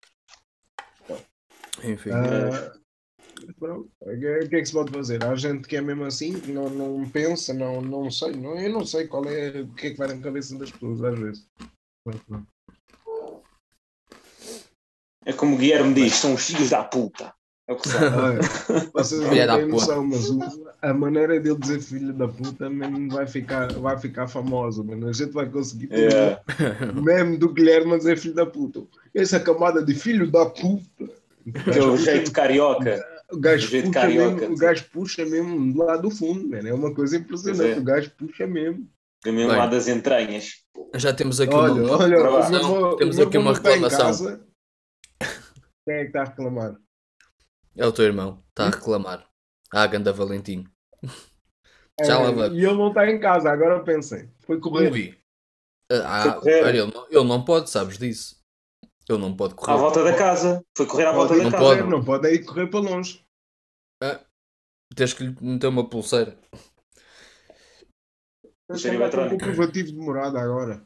Enfim. Ah, pronto. O que é o que é que se pode fazer? Há gente que é mesmo assim, que não, não pensa, não, não sei, não, eu não sei qual é, o que é que vai na cabeça das pessoas às vezes. Pronto, pronto. É como o Guilherme diz: são os filhos da puta. É o que são. Olha, vocês não Filha da têm puta. noção, mas o- a maneira dele dizer filho da puta mesmo vai ficar, vai ficar famosa, mano. A gente vai conseguir ter É. o meme do Guilherme a dizer filho da puta. Essa camada de filho da puta. Aquele jeito carioca. O gajo, jeito puxa carioca, mesmo, o tu. gajo puxa mesmo do lado do fundo, mano. É uma coisa impressionante. Pois é. O gajo puxa mesmo. Do mesmo Bem. lado das entranhas. Já temos aqui Olha, uma, olha, Para o lá. meu avô- temos o meu aqui avô uma não está em reclamação. casa. Quem é que está a reclamar? É o teu irmão. Está a reclamar. Ah, ganda Valentim. É, Já lá vai. e ele não está em casa, agora pensem. Foi correr. Ui. Ah, Foi correr. olha, ele, não, ele não pode, sabes disso. Ele não pode correr. À volta da casa. Foi correr à volta Pode ir da Não casa. correr, pode. não pode é ir correr para longe. Tens que lhe meter uma pulseira. Tens que Cheiro andar com eletrónico. comprovativo de morada agora.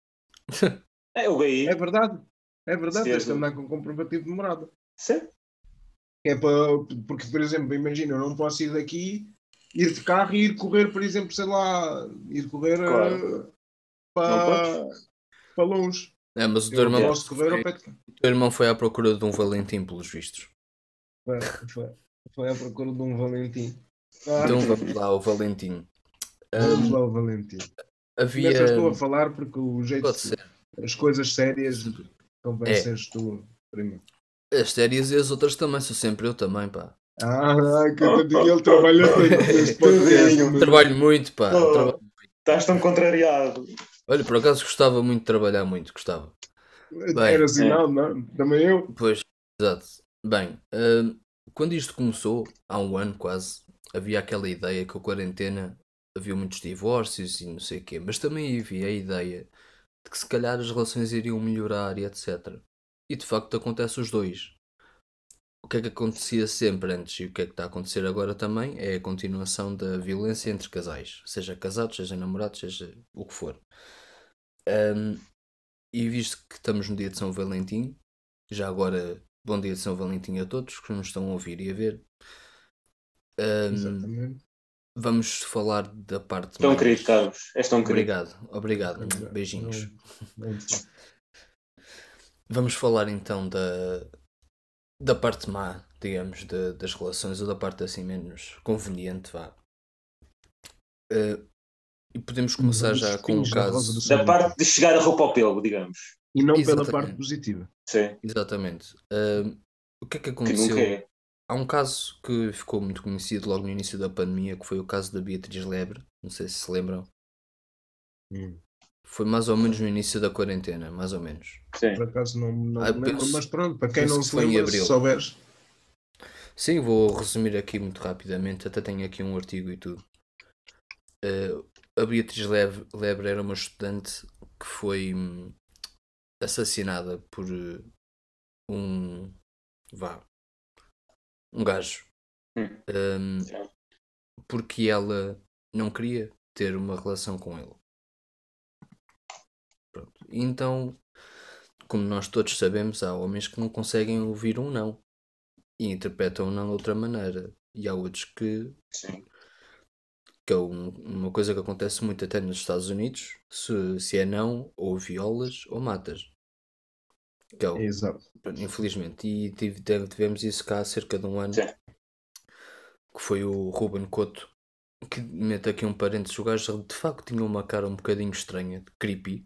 É o B I. É verdade. É verdade, Se tens és que um- andar com comprovativo de morada. Sim. É para, porque, por exemplo, imagina, eu não posso ir daqui, ir de carro e ir correr, por exemplo, sei lá, ir correr Claro. eh, Não para, para longe. É, mas o teu Eu irmão, posso correr ao foi, pé de cá. o teu irmão foi à procura de um Valentim, pelos vistos. Foi, foi, foi à procura de um Valentim. Ah, Então vamos lá, o Valentim. vamos Hum, lá, o Valentim. havia. Nessas estou a falar porque o jeito, Pode ser. as coisas sérias, convém É. seres tu primeiro. As sérias e as outras também, sou sempre eu também, pá. Ah, coitadinho, ele trabalha tanto neste podcast. Tadinho. mas- Trabalho muito, pá. Oh. Traba- Estás tão contrariado. Olha, por acaso gostava muito de trabalhar muito, gostava. Bem, Era assim, é. não, não, também eu. Pois, exato. Bem, hum, quando isto começou, há um ano quase, havia aquela ideia que a quarentena havia muitos divórcios e não sei o quê, mas também havia a ideia de que se calhar as relações iriam melhorar e etcétera. E de facto acontece os dois. O que é que acontecia sempre antes e o que é que está a acontecer agora também é a continuação da violência entre casais, seja casados, seja namorados, seja o que for. Hum, e visto que estamos no dia de São Valentim, já agora, bom dia de São Valentim a todos que nos estão a ouvir e a ver. Hum, Exatamente. vamos falar da parte Tão mais... querido, Carlos. És tão querido. Obrigado, obrigado. Beijinhos. Não, não sei. Vamos falar então da, da parte má, digamos, de- das relações, ou da parte assim menos conveniente, vá. Uh, e podemos começar Vamos já com um espinhos na rosa caso. do São Da parte de chegar a roupa ao pelo, digamos. E não pela Exatamente. parte positiva. Sim. Exatamente. Uh, o que é que Que aconteceu? nunca é. Há um caso que ficou muito conhecido logo no início da pandemia, que foi o caso da Beatriz Lebre. Não sei se se lembram. Hum. Foi mais ou menos no início da quarentena, mais ou menos. Sim. Por acaso não, não Ah, me lembro, penso- mas pronto, para quem penso não que se foi em lembra, se abril. souberes. Sim, vou resumir aqui muito rapidamente, até tenho aqui um artigo e tudo. Uh, a Beatriz Lebre, Lebre era uma estudante que foi hum, assassinada por uh, um vá um gajo Hum. um, Sim. porque ela não queria ter uma relação com ele. Pronto. E então, como nós todos sabemos, há homens que não conseguem ouvir um não e interpretam um não de outra maneira, e há outros que Sim. que é um- uma coisa que acontece muito até nos Estados Unidos, se, se é não, ou violas ou matas. Que é o- Exato. infelizmente. E tive- tive- tivemos isso cá há cerca de um ano, Sim. que foi o Ruben Couto, que mete aqui um parênteses, o gajo de facto tinha uma cara um bocadinho estranha, creepy.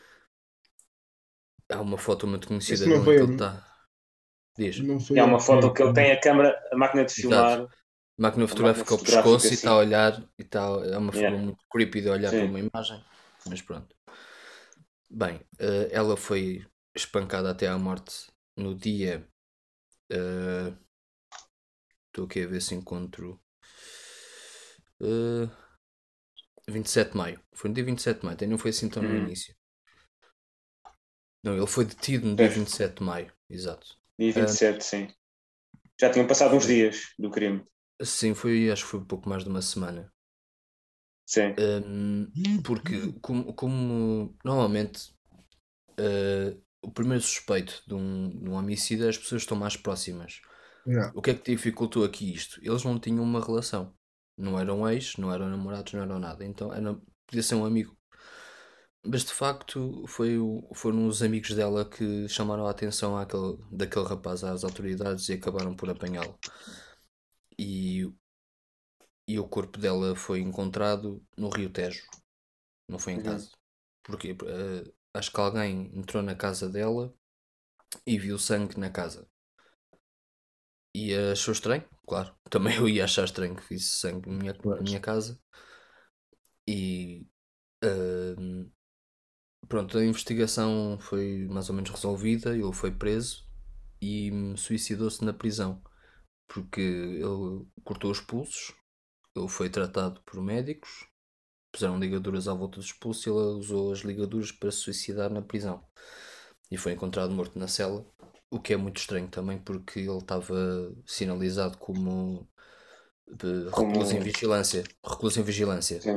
Há uma foto muito conhecida Esse não dele em foi que ele. ele está. Diz, Não foi E há uma ele foto que ele tem a câmera, a máquina de Exato. filmar. máquina fotográfica ao fotográfica, pescoço e sim. está a olhar, e está, é uma forma Yeah. muito creepy de olhar Sim. para uma imagem, mas pronto. Bem, eh, ela foi espancada até à morte no dia. eh, Estou aqui a ver se encontro. eh, vinte e sete de maio. Foi no dia vinte e sete de maio, até não foi assim tão no Hum. início. Não, ele foi detido no dia Pois. vinte e sete de maio, exato. Dia vinte e sete, sim. Já tinham passado uns dias do crime. Sim, foi, acho que foi um pouco mais de uma semana. Sim. Um, porque, como, como normalmente uh, o primeiro suspeito de um, de um homicídio, as pessoas estão mais próximas. Yeah. O que é que dificultou aqui isto? Eles não tinham uma relação, não eram ex, não eram namorados, não eram nada, então era, podia ser um amigo. Mas de facto foi o, foram os amigos dela que chamaram a atenção àquele, daquele rapaz às autoridades e acabaram por apanhá-lo. E, e o corpo dela foi encontrado no Rio Tejo, não foi em Uhum. casa. Porquê? Uh, acho que alguém entrou na casa dela e viu sangue na casa. E achou estranho, claro. Também eu ia achar estranho que visse sangue na minha, na Pois. minha casa. E uh, pronto, a investigação foi mais ou menos resolvida. Ele foi preso e hum, suicidou-se na prisão. Porque ele cortou os pulsos. Ele foi tratado por médicos. Puseram ligaduras à volta dos pulsos e ele usou as ligaduras para se suicidar na prisão. E foi encontrado morto na cela. O que é muito estranho também, porque ele estava sinalizado como eh, recluso Como- em vigilância. Recluso em vigilância. Sim.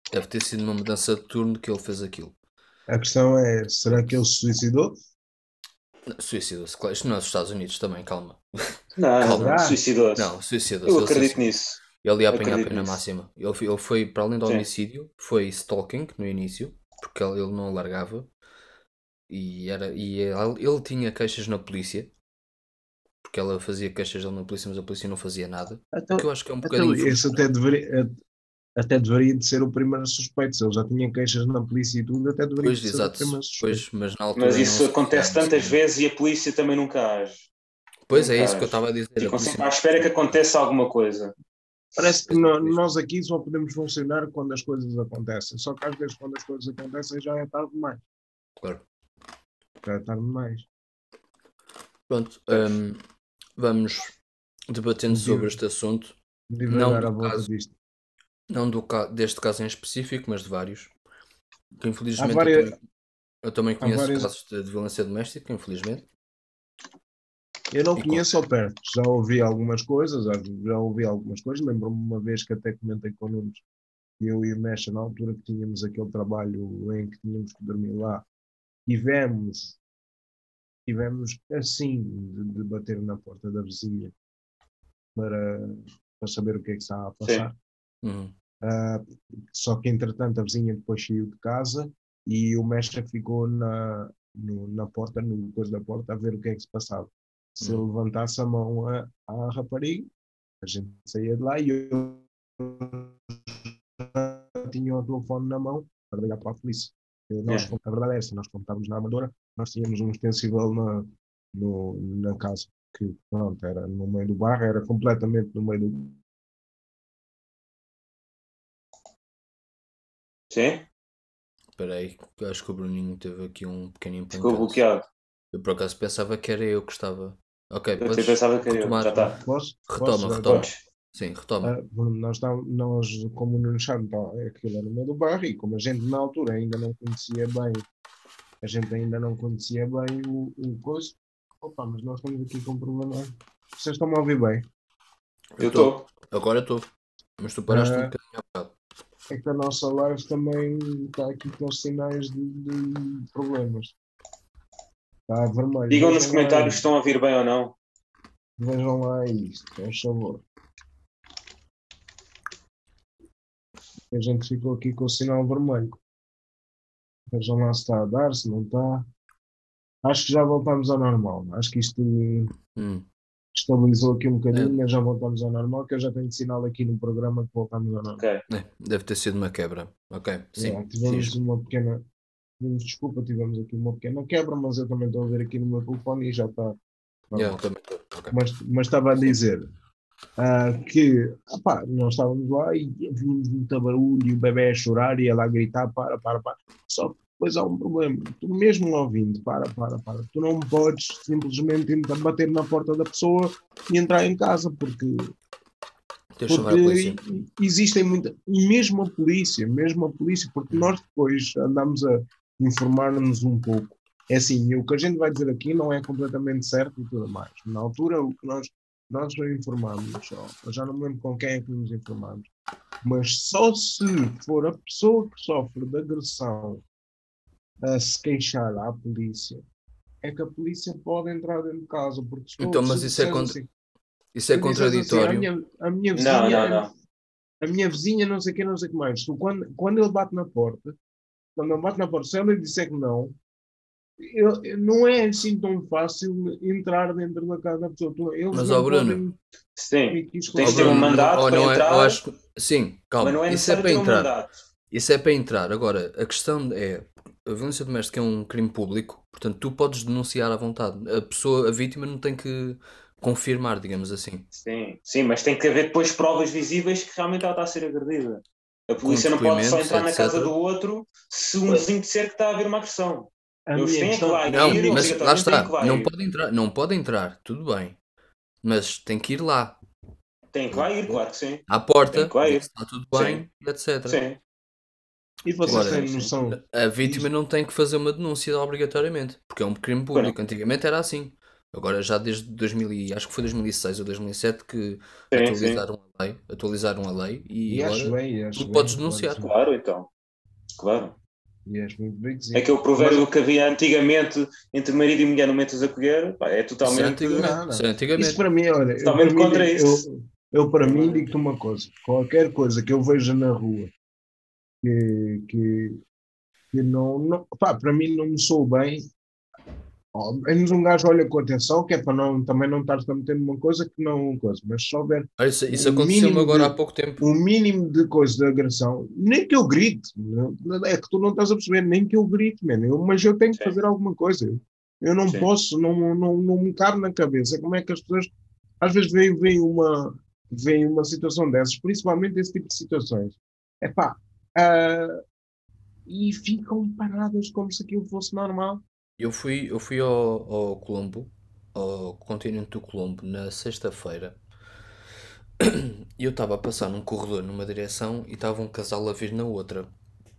Deve ter sido uma mudança de turno que ele fez aquilo. A questão é, será que ele se suicidou? Suicidou-se, claro. Isto não é dos Estados Unidos também, calma. Não, Calma. não, suicidou-se. Não, suicidou-se. Eu ele acredito suicidou. nisso. Ele ia apanhar a Acredito pena nisso. máxima. Ele, foi- ele foi, para além do Sim. homicídio, foi stalking no início, porque ele, ele não largava. E, era, e ele, ele tinha queixas na polícia, porque ela fazia queixas dele na polícia, mas a polícia não fazia nada. Então, Que eu acho que é um então bocadinho esse frustrante. até deveria, até deveria de ser o primeiro suspeito. Se ele já tinha queixas na polícia e tudo, até deveria Pois, de ser o exato. primeiro suspeito. Pois, mas na altura Mas não isso se acontece fizeram tantas assim. vezes e a polícia também nunca age. Pois é Nunca isso que eu age. estava a dizer. a Ficam polícia sempre à não- espera que aconteça alguma coisa. Parece que Pois é, nó- pois. nós aqui só podemos funcionar quando as coisas acontecem. Só que às vezes quando as coisas acontecem já é tarde demais. Claro. Já é tarde demais. Pronto, hum, vamos debatendo Div- sobre este assunto. Divagar do à volta caso. disto. Não do ca- deste caso em específico, mas de vários. Que Há infelizmente várias, eu, também, eu também há conheço várias. casos de, de violência doméstica, infelizmente. Eu não E conheço ao perto. Já ouvi algumas coisas, já já ouvi algumas coisas. Lembro-me uma vez que até comentei com o Nunes, eu e o Mecha, na altura que tínhamos aquele trabalho em que tínhamos que dormir lá, tivemos, tivemos assim de, de bater na porta da vizinha para, para saber o que é que estava a passar. Uhum. Ah, só que entretanto a vizinha depois saiu de casa e o Mecha ficou na, no- na porta, no coisa da porta, a ver o que é que se passava. Se ele Uhum. levantasse a mão à, à rapariga, a gente saía de lá e eu tinha o telefone na mão para ligar para a polícia. E Nós, Yeah. a verdade é essa, nós como estávamos na Amadora, nós tínhamos um extensível na, no, na casa, que pronto, era no meio do bairro, era completamente no meio do. Sim? Espera aí, que eu acho que o Bruninho teve aqui um pequeno Ficou empancado. bloqueado. Eu por acaso pensava que era eu que estava. Ok, Eu podes pensava que era eu. retomar. Já está. Posso? Retoma, Posso? Já- retoma. Podes. Sim, retoma. Ah, nós, tá- nós, como o Nuno sabe, tá, aquilo era no meio do bairro e como a gente na altura ainda não conhecia bem, a gente ainda não conhecia bem o, o coisa. Opa, mas nós estamos aqui com um problema. Vocês estão-me a ouvir bem? Eu tô. estou. Agora estou. Mas tu paraste um Ah, bocadinho há bocado. é que a nossa live também está aqui com sinais de, de problemas. Está vermelho. Digam nos Vejam lá comentários se isto. estão a ouvir bem ou não. Vejam lá isto, por favor. A gente ficou aqui com o sinal vermelho. Vejam lá se está a dar, se não está. Acho que já voltamos ao normal. Acho que isto Hum. estabilizou aqui um bocadinho, É. mas já voltamos ao normal, que eu já tenho sinal aqui no programa que voltamos ao normal. Ok. É, deve ter sido uma quebra. Ok, sim. Yeah, tivemos diz. uma pequena. Tivemos, desculpa, tivemos aqui uma pequena quebra, mas eu também estou a ver aqui no meu telefone e já está. Yeah, eu também estou. Ok. Mas, mas estava a dizer ah, que opá, nós estávamos lá e vimos muito barulho e o bebê a chorar e ela a gritar: para, para, para. Só que depois há um problema. Tu mesmo ouvindo: para, para, para. Tu não podes simplesmente tentar bater na porta da pessoa e entrar em casa, porque. Tens de chamar a polícia. Porque existem muita. E mesmo a polícia, mesmo a polícia, porque nós depois andamos a informar-nos um pouco. É assim, o que a gente vai dizer aqui não é completamente certo e tudo mais. Na altura, o que nós, nós informámos, só, eu já não me lembro com quem é que nos informámos, mas só se for a pessoa que sofre de agressão a se queixar à polícia, é que a polícia pode entrar dentro de casa. Porque se for, Então, mas se isso é, disseres contra... assim, isso é se disseres assim, a contraditório. minha, a minha Não, vizinha, não, não. a minha vizinha não sei o que, não sei o que mais. Tu, quando, quando ele bate na porta, quando ele bate na porta, se ela lhe disser que não, eu- não é assim tão fácil entrar dentro da casa da pessoa. Tu- Eles Mas, não ó, Bruno, podem. Sim. aqui Tens Ó, de ter um Bruno, não, mandato ó, para não é, entrar, eu acho que- Sim, calma. mas não é Isso é necessário para ter um entrar. mandato. Isso é para entrar. Agora, a questão é, a violência doméstica é um crime público, portanto, tu podes denunciar à vontade. A pessoa, a vítima não tem que confirmar, digamos assim. Sim, sim, mas tem que haver depois provas visíveis que realmente ela está a ser agredida. A Com polícia não pode só depoimentos, entrar na casa do etcétera. outro se um vizinho disser que está a haver uma agressão. A Eles minha têm é que questão. lá Não, ir, mas lá obrigatoriamente têm está, que lá não ir. pode entrar, não pode entrar, tudo bem. Mas tem que ir lá, Tem que lá ir, claro que sim. à Tem porta, que lá ver ir. se está tudo Sim. bem, etcétera. Sim. E vocês Agora, têm noção? a vítima não tem que fazer uma denúncia obrigatoriamente, porque é um crime Pois não. público. Antigamente era assim. Agora já desde dois mil, e- acho que foi dois mil e seis ou dois mil e sete que Sim, atualizaram a lei, atualizaram a lei e, E acho agora bem, e acho tu bem, podes claro, denunciar. sim. Claro, então. Claro. E acho muito bem que sim. Aquele provérbio Mas- que havia antigamente entre marido e mulher não metas a colher, pá, é Isso é totalmente, antigamente. Não, não. Isso é antigamente. Isso para mim, olha, eu, totalmente para mim, contra eu, isso. eu para Não mim é? digo-te uma coisa: qualquer coisa que eu veja na rua que, que, que não, não pá, para mim não me soa bem, ao menos um gajo olha com atenção, que é para não, também não estar a meter numa coisa que não coisa, mas se houver Olha, Isso, isso um aconteceu-me mínimo agora de, há pouco tempo. um mínimo de coisa de agressão, nem que eu grite, não- é que tu não estás a perceber, nem que eu grite, man, eu, mas eu tenho que Sim. fazer alguma coisa. Eu, eu não Sim. posso, não, não, não me cabe na cabeça como é que as pessoas às vezes veem, veem uma, veem uma situação dessas, principalmente esse tipo de situações. Epá, ah, e ficam paradas como se aquilo fosse normal. Eu fui, eu fui ao, ao Colombo, ao continente do Colombo, na sexta-feira. E eu estava a passar num corredor numa direção e estava um casal a vir na outra.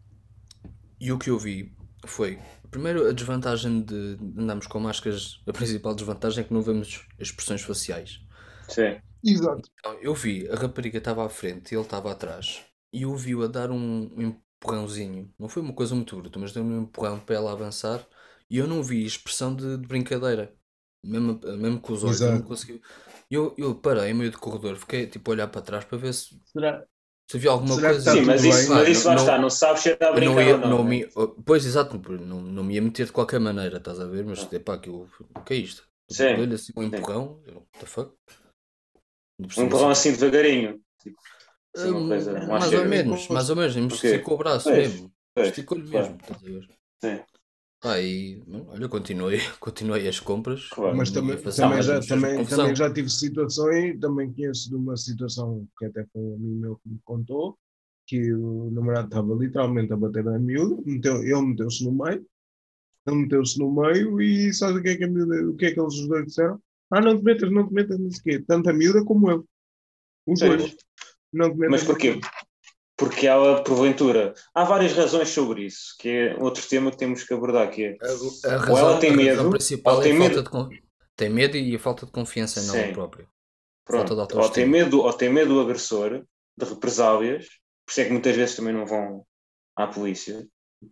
E o que eu vi foi, primeiro, a desvantagem de andarmos com máscaras. A principal desvantagem é que não vemos expressões faciais. Sim. Exato. Então, eu vi, a rapariga estava à frente e ele estava atrás. E eu vi-o a dar um, um empurrãozinho. Não foi uma coisa muito bruta, mas deu-me um empurrão para ela avançar. E eu não vi expressão de, de brincadeira. Mesmo, mesmo com os olhos, eu não Exato. consegui. Eu, eu parei em meio de corredor, fiquei tipo a olhar para trás para ver se, Será, se havia alguma será que coisa. está Sim, E, mas tudo isso, bem? mas pá, isso lá não, está, não, não sabes se está a eu não brincar ia, ou não, não né? me, pois exato, não, não me ia meter de qualquer maneira, estás a ver? Mas epá, aquilo, o que é isto? Sim, Deu-lhe assim um sim. empurrão, eu, what the fuck? Ainda por Um cima empurrão assim, assim devagarinho. Tipo, assim, uma Hum, coisa, um mais ou acheiro. menos, mais ou menos, me O quê? esticou o braço Pois, mesmo, pois, esticou-lhe claro. mesmo, estás a ver? Sim, Pá, e hum, olha, continuei, continuei as compras, claro. Mas ninguém ia também, fazer Não, também, mas nada, já, mas fez-me também, também confusão. já tive situações, também conheço de uma situação que até foi um amigo meu que me contou, que o namorado estava literalmente a bater na miúda, meteu, ele meteu-se no meio, ele meteu-se no meio e sabe o que é que, a miúda, o que é que eles os dois disseram? Ah, não te metas, não te metas, não sei o quê. Tanto a miúda como eu. Os pois. dois. Não te metas. Mas não te porquê? metas. Porque ela, porventura, há várias razões sobre isso, que é outro tema que temos que abordar, que é, A, a ou razão, ela tem a razão medo, principal ou é a tem falta medo, de, con- tem medo e a falta de confiança nela sim, própria, falta de pronto, ou tem autoestima. medo, ou tem medo do agressor, de represálias, por isso é que muitas vezes também não vão à polícia.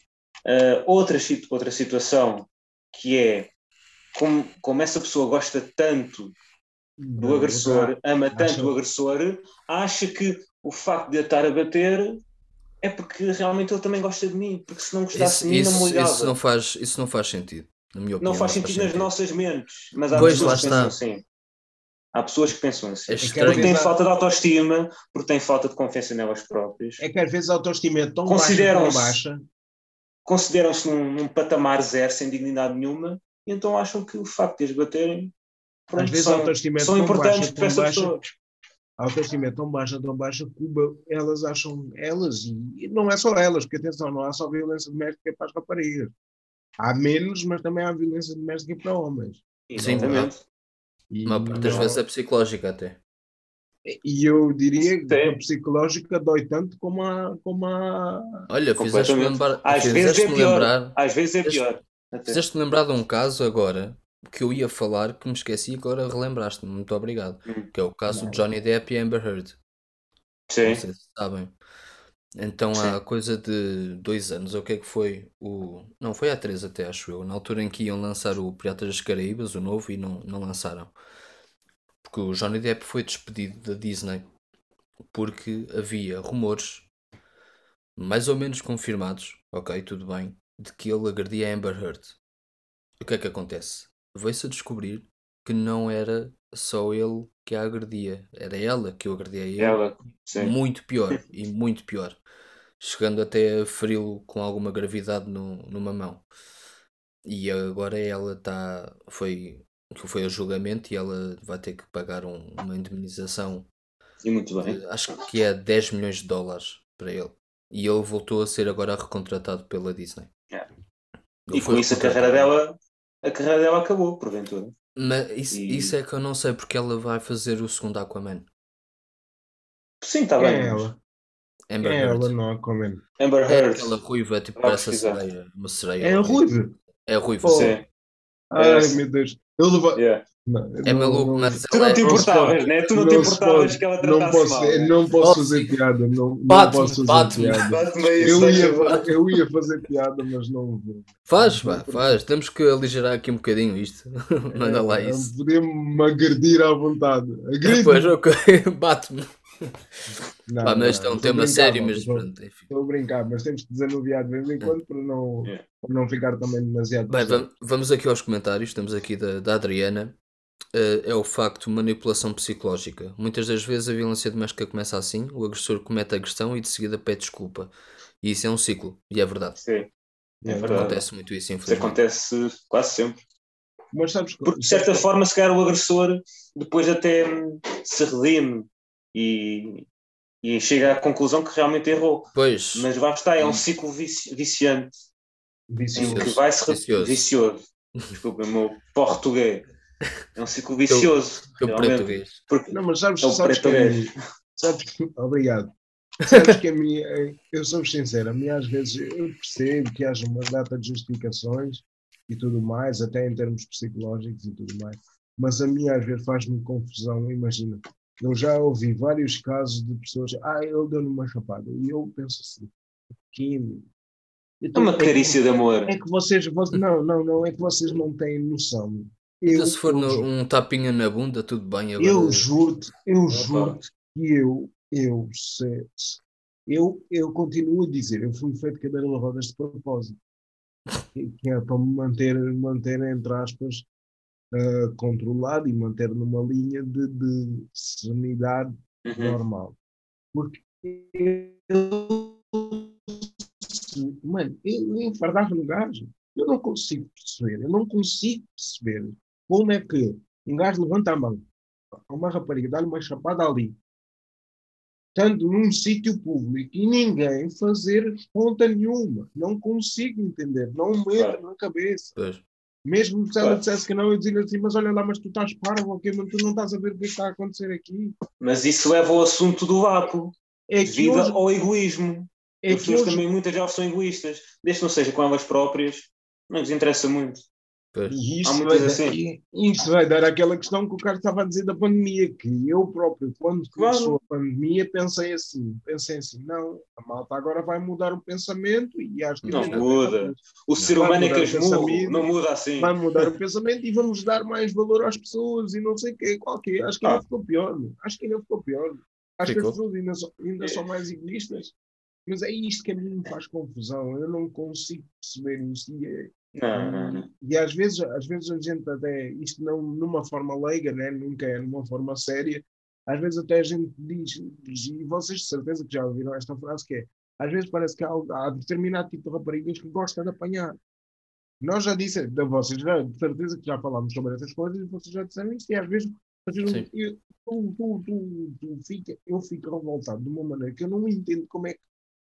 Uh, outra, situ- outra situação que é, como, como essa pessoa gosta tanto do Da agressor, outra, ama acha, tanto o agressor, acha que o facto de a estar a bater é porque realmente ele também gosta de mim, porque se não gostasse Isso, de mim não me isso, isso, não ligava. faz, isso não faz sentido, na minha Não opinião, faz não faz sentido nas sentido. nossas mentes, mas há Pois, lá pessoas que pensam está, assim. Há pessoas que pensam assim. é é que às Porque têm estranho. vezes, há- falta de autoestima, porque têm falta de confiança nelas próprias. é que às vezes a autoestima é tão baixa, tão Consideram-se baixa, consideram-se num, num patamar zero, sem dignidade nenhuma, e então acham que o facto de as baterem, às pronto, vezes a são, autoestima é são tão importantes baixa, para tão essa baixa, pessoa. a autoestima é tão baixa, tão baixa que o- elas acham, elas, e não é só elas, porque atenção, não há só violência doméstica para as raparigas. Há menos, mas também há violência doméstica para homens. Sim, há. Exatamente. E, A maior parte das não- vezes é psicológica até. e eu diria que a Sim, psicológica dói tanto como a. Como a... Olha, fizeste-me completamente. lembrar, Às vezes é fizeste-me pior. lembrar, Às vezes é fizeste- pior. Até. fizeste-me lembrar de um caso agora que eu ia falar que me esqueci e agora relembraste-me. Muito obrigado. Hum. Que é o caso de Nada. Johnny Depp e Amber Heard. Não Sim, sei se sabem. Então sim. há coisa de dois anos, ou o que é que foi? O... Não, foi há três até, acho eu. Na altura em que iam lançar o Piratas das Caraíbas, o novo, e não, não lançaram. Porque o Johnny Depp foi despedido da Disney porque havia rumores mais ou menos confirmados, ok, tudo bem, de que ele agredia a Amber Heard. O que é que acontece? Veio-se a descobrir que não era só ele que a agredia, era ela que o agredia a ele, Ela, sim. muito pior, e muito pior, chegando até a feri-lo com alguma gravidade no, numa mão. E agora ela está, foi, que foi a julgamento e ela vai ter que pagar um- uma indemnização E muito bem. de, acho que é dez milhões de dólares para ele. E ele voltou a ser agora recontratado pela Disney. É. Ele E foi com isso a carreira recontratado. dela, a carreira dela acabou, porventura. Mas isso, E- isso é que eu não sei porque ela vai fazer o segundo Aquaman. Sim, está Quem bem, é mas ela? Amber Quem é ela? Heard. Não há como. Amber É Heard, aquela ruiva, tipo, vai parece a pesquisar. sereia. Uma sereia É a horrível. Ruiva. É a ruiva, Pô. sim. Sim. Ai, Essa. meu Deus. Eu levo... Yeah. Não, É não, maluco, não, mas Tu ele não é... te importavas, né? Tu não, te não se importavas pode, que ela não tratasse posso, mal. eu Né? não posso Posso, fazer piada, não, não bate-me, posso fazer bate-me. piada. Bate-me aí, Eu se faz ia, favor. fa- eu ia fazer piada, mas não vou. Faz, Não, pá, porque faz. Temos que aligerar aqui um bocadinho isto. Manda lá é, isso. podia-me agredir à vontade. Pois, Agride-me! ok, bate-me. Não, Pá, mas não, isto é um estou a tema brincar, sério, malta, mas estou, pronto, enfim. estou a brincar, mas temos que desanuviar de vez em quando para não, Yeah. para não ficar também demasiado Bem, pesado. vam- vamos aqui aos comentários. Temos aqui da, da Adriana. Eh, é o facto manipulação psicológica. Muitas das vezes a violência doméstica começa assim, o agressor comete a agressão e de seguida pede desculpa. E isso é um ciclo, e é verdade. Sim, é Yeah, verdade. Acontece muito isso, Isso infelizmente. acontece quase sempre. Mas sabes que. Porque, de sabes certa que- forma, se calhar o agressor depois até hum, se redime e, e chega à conclusão que realmente errou. Pois, Mas lá está, é um ciclo vici- viciante em que vicioso. vai se re- vicioso. vicioso. Desculpa, o meu português. É um ciclo Teu- vicioso, teu realmente. português. Porque Não, mas sabes, é o sabes que a português. mim. Sabes que, obrigado. Sabes que a mim, eh, eu sou sincero, a mim às vezes eu percebo que haja uma data de justificações e tudo mais, até em termos psicológicos e tudo mais, mas a mim às vezes faz-me confusão, imagina, eu já ouvi vários casos de pessoas, ah, ele deu-me uma chapada, e eu penso assim, que É uma é que, carícia de amor. é que vocês, vocês, não, não, não, é que vocês não têm noção. Então, Eu, se for eu, no- ju- um tapinha na bunda, tudo bem. Agora, eu juro-te, eu Opa. juro-te que eu, eu, se, se- eu, eu continuo a dizer, eu fui feito cadeira de rodas de propósito, que, que é para me manter, manter entre aspas, eh, controlado e manter numa linha de, de serenidade Uhum. normal. Porque eu, mano, eu, eu enfardava no gajo, eu não consigo perceber, eu não consigo perceber como é que um gajo levanta a mão a uma rapariga, dá-lhe uma chapada ali, estando num sítio público e ninguém fazer conta nenhuma. Não consigo entender, não me entra Claro. na cabeça. pois. Mesmo se ela Claro. dissesse que não, eu dizia assim, mas olha lá, mas tu estás parvo, ok, mas tu não estás a ver o que é que está a acontecer aqui. Mas isso leva ao assunto do vapo. É que Vida hoje, ao egoísmo. é As que pessoas hoje também, muitas já são egoístas. Desde que não seja com elas próprias, não lhes interessa muito. Pois. E Há isto, muitas vai, assim. e isto vai dar aquela questão que o cara estava a dizer da pandemia, que eu próprio, quando Claro. começou a pandemia, pensei assim, pensei assim, não, a malta agora vai mudar o pensamento e acho que Não isto muda. O ser Vai humano é mudar o casmurro. pensamento. Não muda assim. vai mudar o pensamento e vamos dar mais valor às pessoas e não sei o quê, qual que é. Acho que ainda Ah. ficou pior, meu. acho que ainda ficou pior. Acho que Ficou. as pessoas ainda, são, ainda É. são mais egoístas. Mas é isto que a mim me faz confusão. Eu não consigo perceber isto. E, é- Não, não, não. e às vezes, às vezes a gente até, isto não numa forma leiga, né? Nunca é numa forma séria, às vezes até a gente diz, diz, e vocês de certeza que já ouviram esta frase, que é, às vezes parece que há, há determinado tipo de raparigas que gostam de apanhar. Nós já dissemos, de vocês já, de certeza que já falámos sobre essas coisas e vocês já disseram isto, e às vezes, às vezes Sim. eu, tu, tu, tu, tu fica, eu fico revoltado de uma maneira que eu não entendo como é que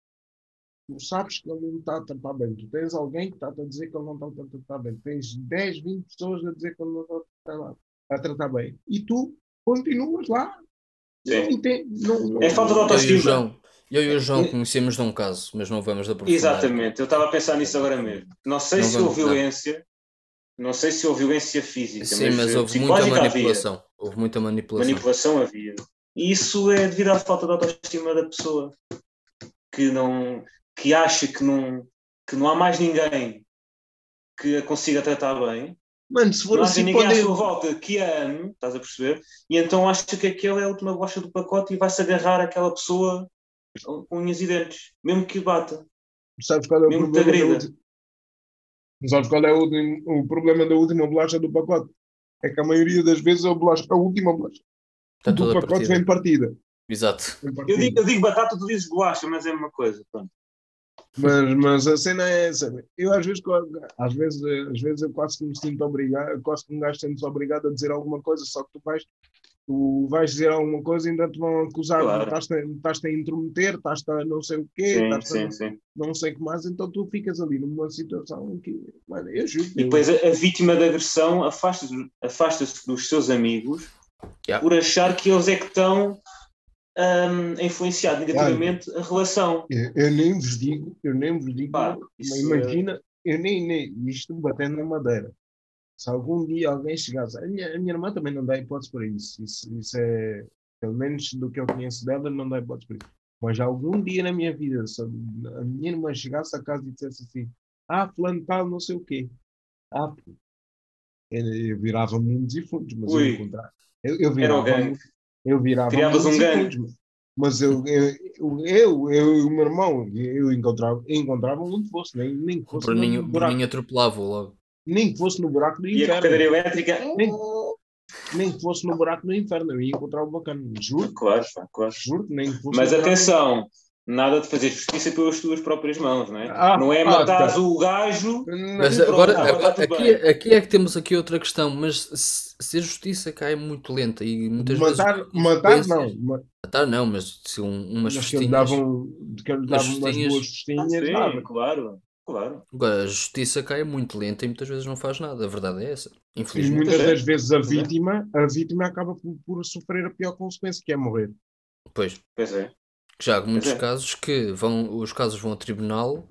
tu sabes que ele não está a tratar bem. Tu tens alguém que está a dizer que ele não está a tratar bem. Tens dez, vinte pessoas a dizer que ele não está a tratar, a tratar bem. E tu continuas lá. Sim. Não entendo. Não, não, É falta de Eu e o autoestima. João, eu e o João É- conhecemos de um caso, mas não vamos aprofundar. Exatamente. Eu estava a pensar nisso agora mesmo. Não sei Não se vamos- houve violência. Não sei se houve violência física. Sim, mas eh, houve muita psicológica havia. manipulação. Houve muita manipulação. Manipulação havia. E isso é devido à falta de autoestima da pessoa. Que não... que acha que não, que não há mais ninguém que a consiga tratar bem. Mano, se for Não haja assim, ninguém pode... à sua volta que a ame, estás a perceber? E então acha que aquela é a última bolacha do pacote e vai-se agarrar àquela pessoa com unhas e dentes, mesmo que bata. Sabes qual é o Mesmo que problema da agrida. última... Sabes qual é o, último- o problema da última bolacha do pacote? É que a maioria das vezes a, bolacha, a última bolacha Está do toda pacote partida. vem partida. Exato. Vem Eu partida. digo, eu digo batata, tu dizes bolacha, mas é uma coisa. Pronto. Mas, mas a cena é essa. Eu às vezes, às vezes, às vezes eu quase que me sinto obrigado, quase que um gajo sente-se obrigado a dizer alguma coisa, só que tu vais, tu vais dizer alguma coisa e ainda te vão acusar de Claro. estás-te a- estás-te a intrometer, estás-te a não sei o quê, Sim, estás-te a sim, não, sim. não sei o que mais, então tu ficas ali numa situação em que, mano, eu juro. E depois a, a vítima da agressão afasta-se afasta-se dos seus amigos Yeah. por achar que eles é que estão hum, a influenciar negativamente a relação. Eu, eu nem vos digo, eu nem vos digo, Pá, mas isso imagina, eu nem, nem isto batendo na madeira. Se algum dia alguém chegasse. A minha, a minha irmã também não dá hipótese para isso. isso. Isso é. Pelo menos do que eu conheço dela, não dá hipótese para isso. Mas algum dia na minha vida, se a minha irmã chegasse a casa e dissesse assim: Ah, fulano tal, não sei o quê. Ah, eu, eu virava mundos e fundos, mas eu Ui, encontrava. Eu, eu era o virava, gangue. eu virava Criavas mundos um e gangue. fundos. Mas eu, eu, eu, eu, eu e o meu irmão, eu encontrava, encontrava onde fosse, nem, nem que O fosse no Bruninho, buraco, Bruninho atropelava logo. nem que fosse no buraco do E a cadeira inferno. elétrica. Nem, nem que fosse no buraco do inferno, eu ia encontrar o bacana. Juro, Claro, pá, claro. juro, nem que fosse Mas no buraco do atenção, nada de fazer justiça pelas tuas próprias mãos, não é? Ah, Não é ah, matares tá. o gajo. Mas E pronto, agora, agora está agora tudo aqui, bem. aqui é que temos aqui outra questão, mas se, se a justiça cai muito lenta e muitas Matar, vezes matar não. Ma- matar não, mas se um, umas Mas que eles festinhas, davam, que eles umas davam umas festinhas, boas Ah, festinhas, sim, dava. claro, claro. agora a justiça cai muito lenta e muitas vezes não faz nada. A verdade é essa, E infelizmente. muitas Pois é. das vezes a Pois é. vítima, a vítima acaba por, por sofrer a pior consequência, que é morrer. Pois, Pois é. que já há muitos é. casos que vão, os casos vão a tribunal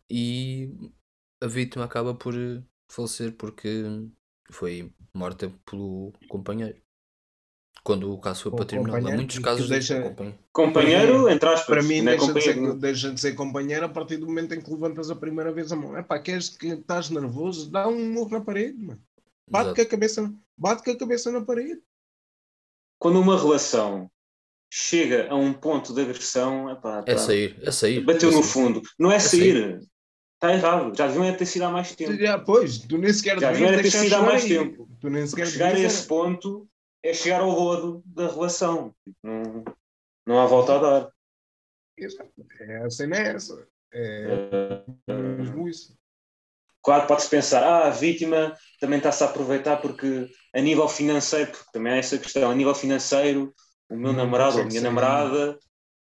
e a vítima acaba por eh, falecer porque foi morta pelo companheiro. Quando o caso foi Com para o tribunal. Há companheiro, muitos que casos desses deixa- com companheiro. Companheiro, entre Para aspas, mim, não é deixa de, ser, companheiro. deixa de ser companheiro a partir do momento em que levantas a primeira vez a mão. É pá, queres que estás nervoso? Dá um murro na parede, mano. Bate com Exato. a cabeça, bate com a cabeça na parede. Quando uma relação chega a um ponto de agressão, epá, É tá, sair, é sair. bateu é no sair. fundo. Não é sair. sair. Está errado. Já deviam é ter sido há mais tempo. Já, pois, tu nem sequer Já devias deviam é ter deixar sido há chegar mais aí. tempo. Tu nem Porque sequer chegar a devias esse era- ponto é chegar ao lodo da relação. Não, não há volta a dar. Exato. É, a cena é essa. É mesmo isso. Claro que pode-se pensar, ah, a vítima também está-se a aproveitar porque a nível financeiro, porque também há essa questão, a nível financeiro, o meu Não namorado ou a consegue minha sair. namorada,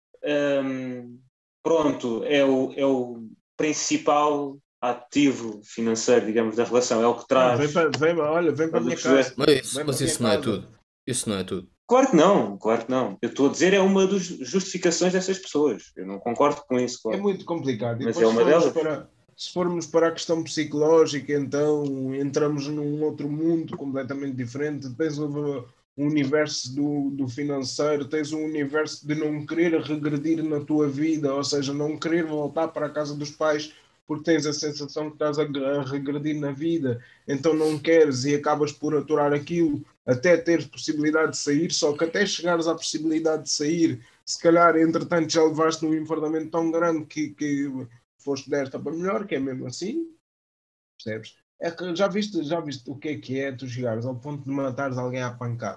hum, pronto, é o, é o principal ativo financeiro, digamos, da relação, é o que Não, traz. vem para, vem, olha, vem para a minha Estás a casa. Mas, isso, Vem mas para a isso minha não é casa. tudo. Isso não é tudo. Claro que não, claro que não. Eu estou a dizer é uma das justificações dessas pessoas. Eu não concordo com isso, É claro. muito complicado. E Mas depois, é uma se formos, delas. para, se formos para a questão psicológica, então entramos num outro mundo completamente diferente. Tens o, o universo do, do financeiro, tens o universo de não querer regredir na tua vida, ou seja, não querer voltar para a casa dos pais porque tens a sensação que estás a, a regredir na vida, então não queres e acabas por aturar aquilo até teres possibilidade de sair, só que até chegares à possibilidade de sair, se calhar, entretanto, já levaste um enfardamento tão grande que, que foste desta para melhor, que é mesmo assim, percebes? É que já viste, já viste o que é que é tu chegares ao ponto de matares alguém à pancada?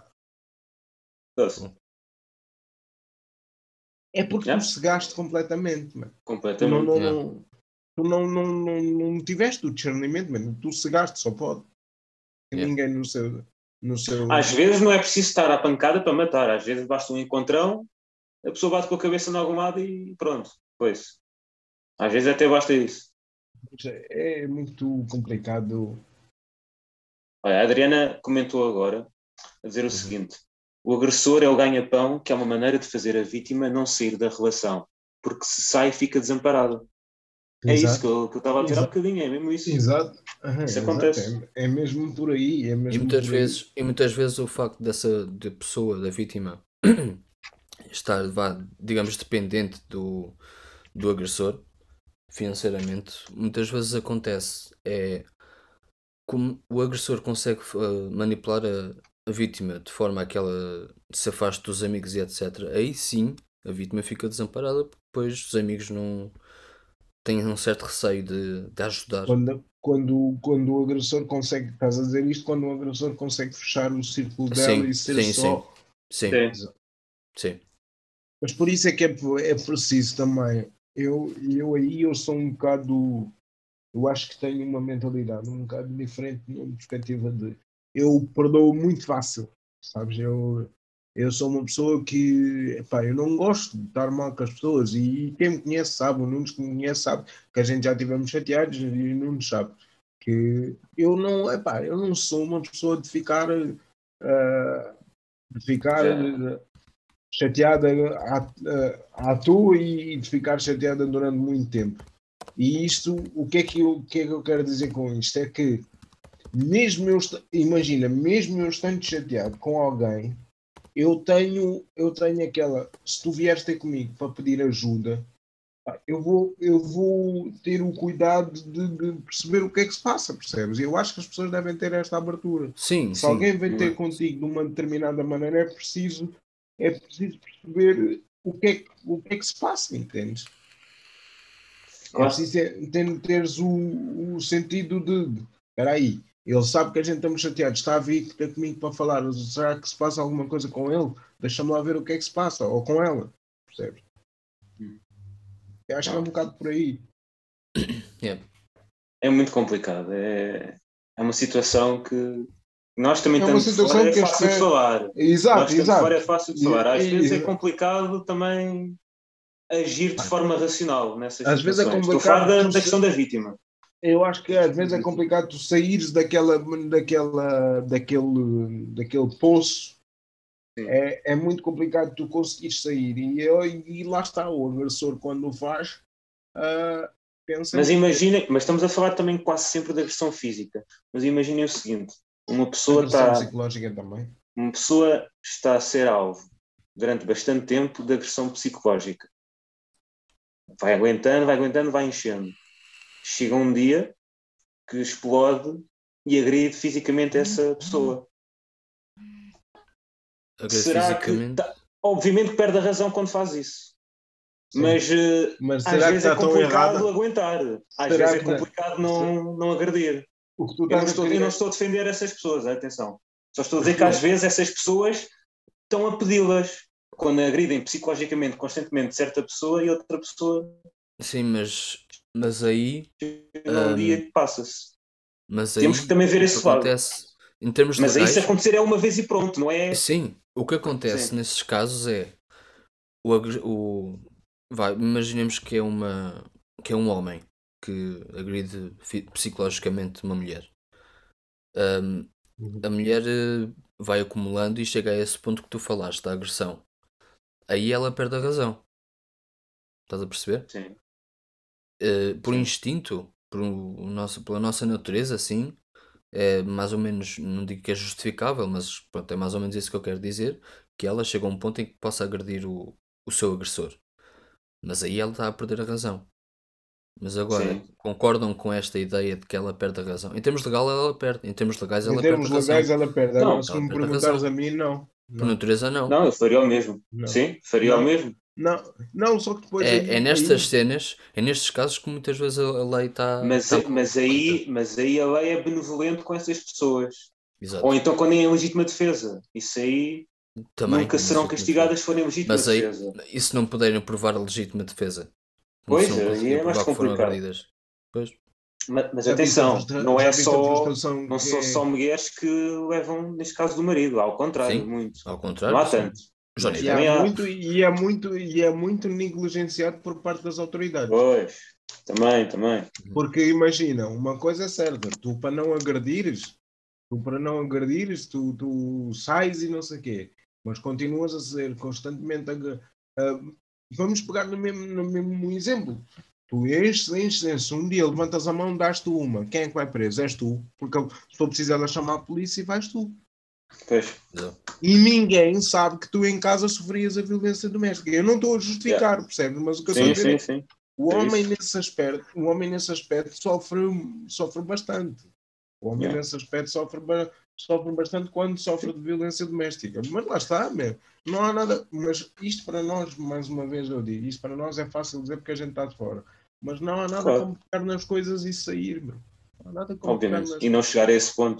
Doce. É porque Yeah. tu cegaste completamente, mano. Tu não, Completamente. não, Yeah. não, tu não, não, não, não tiveste o discernimento, mano. Tu cegaste, só pode. E Yeah. ninguém no seu, no seu... Às vezes não é preciso estar à pancada para matar, às vezes basta um encontrão, a pessoa bate com a cabeça em algum lado e pronto, pois. Às vezes até basta isso. É muito complicado. Olha, a Adriana comentou agora a dizer o Uhum. seguinte: o agressor é o ganha-pão, que é uma maneira de fazer a vítima não sair da relação, porque se sai fica desamparado. É Exato. isso que eu, que eu estava a dizer há Exato. bocadinho, é mesmo isso. Exato. Aham, Isso exato. acontece. É, é mesmo por aí. É mesmo E muitas por aí. vezes, e muitas vezes o facto dessa de pessoa, da vítima, estar, vá, digamos, dependente do, do agressor financeiramente, muitas vezes acontece é como o agressor consegue uh, manipular a, a vítima de forma a que ela se afaste dos amigos e etcétera. Aí sim a vítima fica desamparada porque depois os amigos não têm um certo receio de, de ajudar. Quando, quando, quando o agressor consegue, estás a dizer isto, quando o agressor consegue fechar o círculo dela Sim, e ser sim, só. Sim, Sim. sim. Mas por isso é que é, é preciso também. Eu, eu aí eu sou um bocado. Eu acho que tenho uma mentalidade um bocado diferente numa perspectiva de. Eu perdoo muito fácil, sabes? Eu, eu sou uma pessoa que. Epá, eu não gosto de estar mal com as pessoas e quem me conhece sabe, o Nunes que me conhece sabe que a gente já estivemos chateados e o Nunes sabe que eu não. Epá, eu não sou uma pessoa de ficar. Uh, de ficar. Já. chateada à, à, à toa e de ficar chateada durante muito tempo. E isto, o que é que eu, o que é que eu quero dizer com isto? É que mesmo eu, est- imagina, mesmo eu estando chateado com alguém, eu tenho, eu tenho aquela, se tu vieres ter comigo para pedir ajuda, pá, eu vou, eu vou ter o cuidado de, de perceber o que é que se passa, percebes? Eu acho que as pessoas devem ter esta abertura. Sim, Se sim. alguém vem ter Uhum. contigo de uma determinada maneira, é preciso, é preciso perceber o que é que, o que é que se passa, entendes? É Claro. preciso ter, ter- teres o, o sentido de, espera aí, ele sabe que a gente estamos chateados, está a vir ter comigo para falar, será que se passa alguma coisa com ele? Deixa-me lá ver o que é que se passa, ou com ela, percebes? Eu acho que é um bocado por aí. Yeah. É muito complicado. É, é uma situação que nós também É uma estando de situação fora é que eu fácil de espero. falar. Exato, Nós estando de exato. fora é fácil de E- falar. Às e- vezes é e- complicado também agir de forma racional nessas Às vezes é situações. Estou a falar complicado da, tu da se- questão da vítima. Eu acho que às vezes é complicado tu saíres daquela, daquela, daquele, daquele poço. Sim. É, é muito complicado tu conseguires sair. E, eu, e lá está, o agressor, quando o faz, ah, pensa Mas em imaginem, mas estamos a falar também quase sempre de agressão física. Mas imaginem o seguinte: uma pessoa agressão está, psicológica também. uma pessoa está a ser alvo durante bastante tempo de agressão psicológica. Vai aguentando, vai aguentando, vai enchendo. Chega um dia que explode e agride fisicamente essa pessoa. Agride Será que fisicamente. tá- obviamente que perde a razão quando faz isso. Sim. Mas, eh, Mas às será que vezes é está tão complicado errada? aguentar. Às Será vezes é que não? complicado não, não agredir. O que tu Eu não, estás a estou, eu querer não é- estou a defender essas pessoas, atenção. Só estou a dizer que às vezes essas pessoas estão a pedi-las quando agridem psicologicamente, constantemente, certa pessoa e outra pessoa Sim, mas, mas aí, num Hum, dia que passa-se. mas aí Temos que também ver o que esse lado. acontece em termos Mas aí legais, se acontecer é uma vez e pronto, não é? sim, o que acontece Sim. nesses casos é o, agre- o vai, imaginemos que é uma que é um homem que agride fi- psicologicamente uma mulher. Hum, a mulher eh, vai acumulando e chega a esse ponto que tu falaste, da agressão. Aí ela perde a razão. Estás a perceber? Sim. Eh, por Sim. instinto, por o nosso, pela nossa natureza, sim, é mais ou menos, não digo que é justificável, mas pronto, é mais ou menos isso que eu quero dizer, que ela chega a um ponto em que possa agredir o, o seu agressor. Mas aí ela está a perder a razão. Mas agora, Sim. concordam com esta ideia de que ela perde a razão? Em termos legais ela perde, em termos legais Em ela termos perde a razão. legais ela perde. Não, Agora se ela me perde a perguntares razão. a mim, não. Por Não. natureza não. Não, eu faria o mesmo. Não. Sim, faria Não. o mesmo. Não, não, só que depois aí, É, é nestas aí- cenas, é nestes casos que muitas vezes a, a lei está Mas, tá mas, aí, mas aí a lei é benevolente com essas pessoas. Exato. Ou então quando é em legítima defesa. Isso aí Também, nunca em serão legítima castigadas defesa. se forem em legítima Mas aí, defesa. e se não puderem provar a legítima defesa? Pois, Se não aí conseguirem é mais provar que foram complicado. agredidas. Pois. Mas, mas já viste a atenção, frustra- não já é viste a só, frustração não que são é- só mulheres que levam, neste caso do marido, ao contrário, Sim, muito. ao Não contrário, há sim. tanto. Johnny Mas E, há também há. muito, e, é muito, e é muito negligenciado por parte das autoridades. Pois, também, também. Porque imagina, uma coisa é certa, tu para não agredires, tu para não agredires, tu, tu sais e não sei o quê, mas continuas a ser constantemente. ag- ah, vamos pegar no mesmo, no mesmo exemplo. Tu enches, enches, enches, um dia levantas a mão, dás-te uma. Quem é que vai preso? És tu. Porque se for preciso ela chamar a polícia, vais tu. Pois. Exato. E ninguém sabe que tu em casa sofrias a violência doméstica. Eu não estou a justificar, percebes? Mas o que eu estou a Sim, dizer é sim, sim. o É homem isso. nesse aspecto, o homem nesse aspecto sofre, sofre bastante. O homem Yeah. nesse aspecto sofre, ba- sofre bastante quando sofre de violência doméstica. Mas lá está, meu. Não há nada. Mas isto para nós, mais uma vez eu digo, isto para nós é fácil dizer porque a gente está de fora. Mas não há nada Claro. como pegar nas coisas e sair, meu. Não há nada como pegar Obviamente. nas E não chegar a esse ponto.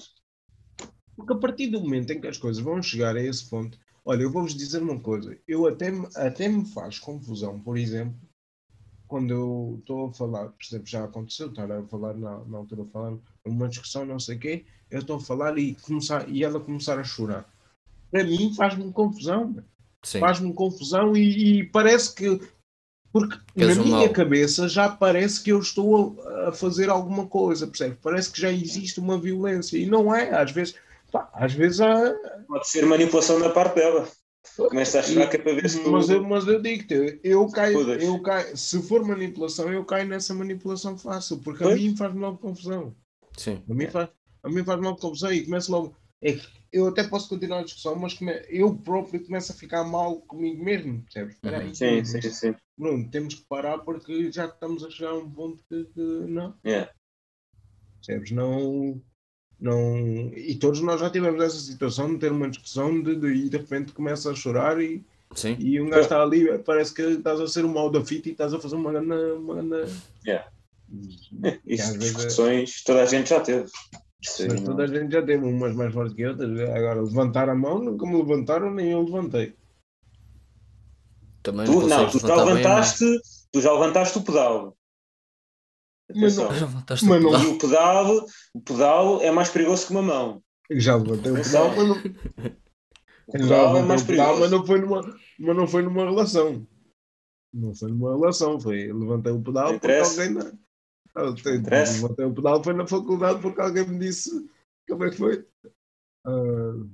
Porque a partir do momento em que as coisas vão chegar a esse ponto, olha, eu vou-vos dizer uma coisa, eu até me, até me faz confusão, por exemplo, quando eu estou a falar, por exemplo, já aconteceu, estar a falar na, na altura, a falar numa discussão, não sei o quê, eu estou a falar e, começar, e ela começar a chorar. Para mim faz-me confusão, meu. Sim. Faz-me confusão e, e parece que, porque Queres na o minha mal. cabeça já parece que eu estou a, a fazer alguma coisa, percebe? Parece que já existe uma violência e não é, às vezes, pá, às vezes há, Pode ser manipulação da parte dela. Começa a achar que é para ver se tu. mas eu, mas eu digo-te, eu caio, Foda-se. eu caio, se for manipulação, eu caio nessa manipulação fácil, porque a Pois. mim faz-me logo confusão. Sim. A mim É. faz, a mim faz mal confusão e começo logo. É que eu até posso continuar a discussão, mas come... eu próprio começo a ficar mal comigo mesmo, percebes? Espera aí, Sim, sim, sim. Bruno, temos que parar porque já estamos a chegar a um ponto que, que não. Yeah. Percebes? Não, não. E todos nós já tivemos essa situação de ter uma discussão de, de, e de repente começa a chorar e, Sim. e um gajo está ali, parece que estás a ser o mal da fita e estás a fazer uma grande. Uma grande... Yeah. E, Isso, discussões, toda a gente já teve. Mas toda a gente já teve umas mais fortes que outras. Agora, levantar a mão, nunca me levantaram, nem eu levantei. Também tu, não, não, tu já levantaste, tu já levantaste o pedal. Atenção. Mas não, levantaste mas o pedal. E o pedal, o pedal é mais perigoso que uma mão. Eu já levantei o pedal, mas não. O pedal é mais perigoso. Mas não foi numa, mas não foi numa relação. Não foi numa relação, foi. Levantei o pedal porque alguém. Não. Levantei o pedal, foi na faculdade porque alguém me disse. Como é que foi? Uh...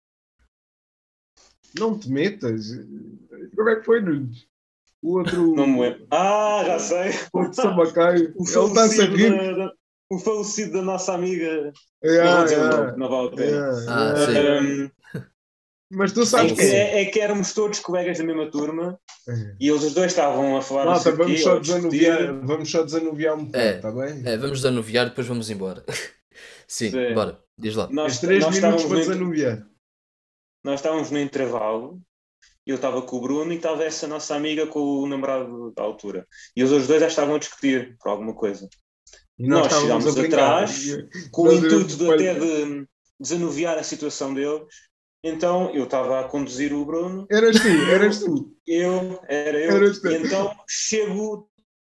Não te metas. Como é que foi, Nunes? O outro. Não me lembro. Ah, já sei. O outro Sabacaio. Ele está-se a rir. Da, o falecido da nossa amiga. Yeah, não vou dizer yeah, o nome, não vale a pena. Yeah, ah, yeah. sim. Um, Mas tu sabes é que, é, é que éramos todos colegas da mesma turma é. E eles os dois estavam a falar Malta, não vamos, quê, só desanuviar, vamos só desanuviar um bocado, está é, bem? É, vamos desanuviar, depois vamos embora. Sim, sim, bora, diz lá. Nós, três nós minutos para desanuviar. Nós estávamos no intervalo, eu estava com o Bruno e estava essa nossa amiga com o namorado da altura. E os dois já estavam a discutir por alguma coisa. E nós, nós chegámos atrás, e, com o intuito de, até de desanuviar a situação deles. Então, eu estava a conduzir o Bruno. Eras tu, eras tu. Eu, era eu. Eras tu. E então, chego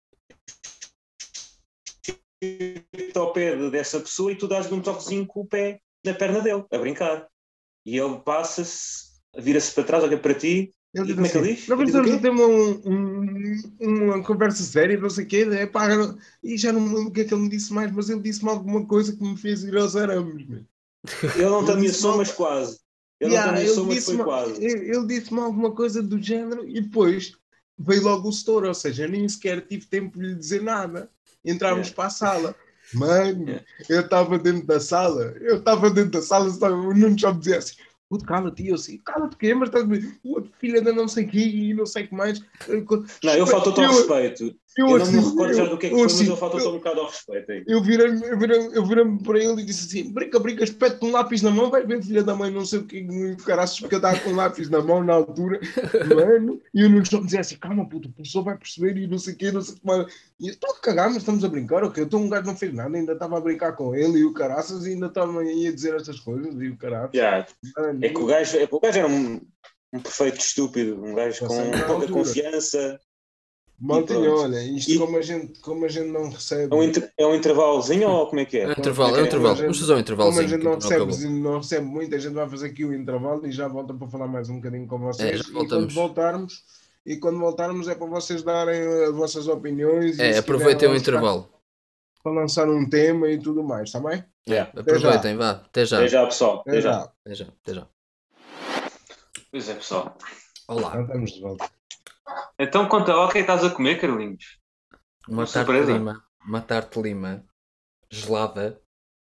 ao pé dessa pessoa e tu dás-lhe um toquezinho com o pé na perna dele, a brincar. E ele passa-se, vira-se para trás, olha para ti. Ele e como assim, é que ele diz? Não precisamos de ter uma, um, uma conversa séria, não sei o quê, é, pá, e já não me lembro o que é que ele me disse mais, mas ele disse-me alguma coisa que me fez ir aos arames. Meu. Ele não te ameaçou, mas quase. Ele yeah, não te ameaçou, mas foi quase. Ele, ele disse-me alguma coisa do género e depois veio logo o setor, ou seja, eu nem sequer tive tempo de lhe dizer nada. Entramos yeah. para a sala. Mano, yeah. eu estava dentro da sala, eu estava dentro da sala, o Nuno só me dizia assim, puto, cala-te, e eu assim, cala-te quê? Mas estás o outro filho da não sei o quê e não sei o que mais. Não, eu faltou-te ao respeito. Eu, eu assim, não me recordo eu, já do que é que foi, assim, mas eu faltou-te um bocado ao respeito aí. Eu virei-me eu virei, eu virei para ele e disse assim, brinca, brinca, espete-te um lápis na mão, vai ver filha da mãe, não sei o que, caraças, porque eu estava com um lápis na mão na altura, mano, e eu não só me dizia assim, calma, puto, o professor vai perceber e não sei o que, não sei o que mais. E eu estou a cagar, mas estamos a brincar, ok? Então um gajo não fez nada, ainda estava a brincar com ele e o caraças e ainda estava aí a dizer essas coisas e o caraças. Yeah. Mano, é, que o gajo, é que o gajo era um, um perfeito estúpido, um gajo com pouca altura. Confiança. Maltinho, olha, isto e... como, a gente, como a gente não recebe. É um, inter... é um intervalozinho ou como é que é? É um intervalo, é um intervalo. Vamos fazer um intervalozinho. Como a gente não recebe, não recebe muito, a gente vai fazer aqui o intervalo e já volta para falar mais um bocadinho com vocês. É, e quando voltarmos, e quando voltarmos é para vocês darem as vossas opiniões. É, aproveitem o intervalo. Para lançar um tema e tudo mais, está bem? É, aproveitem, vá. Até já. Até já, pessoal. Até, Até já. já. Até já. Até já. Pois é, pessoal. Olá. Já estamos de volta. Então conta lá o que é que estás a comer, Carlinhos. Uma tarte de lima. Uma tarte de lima gelada.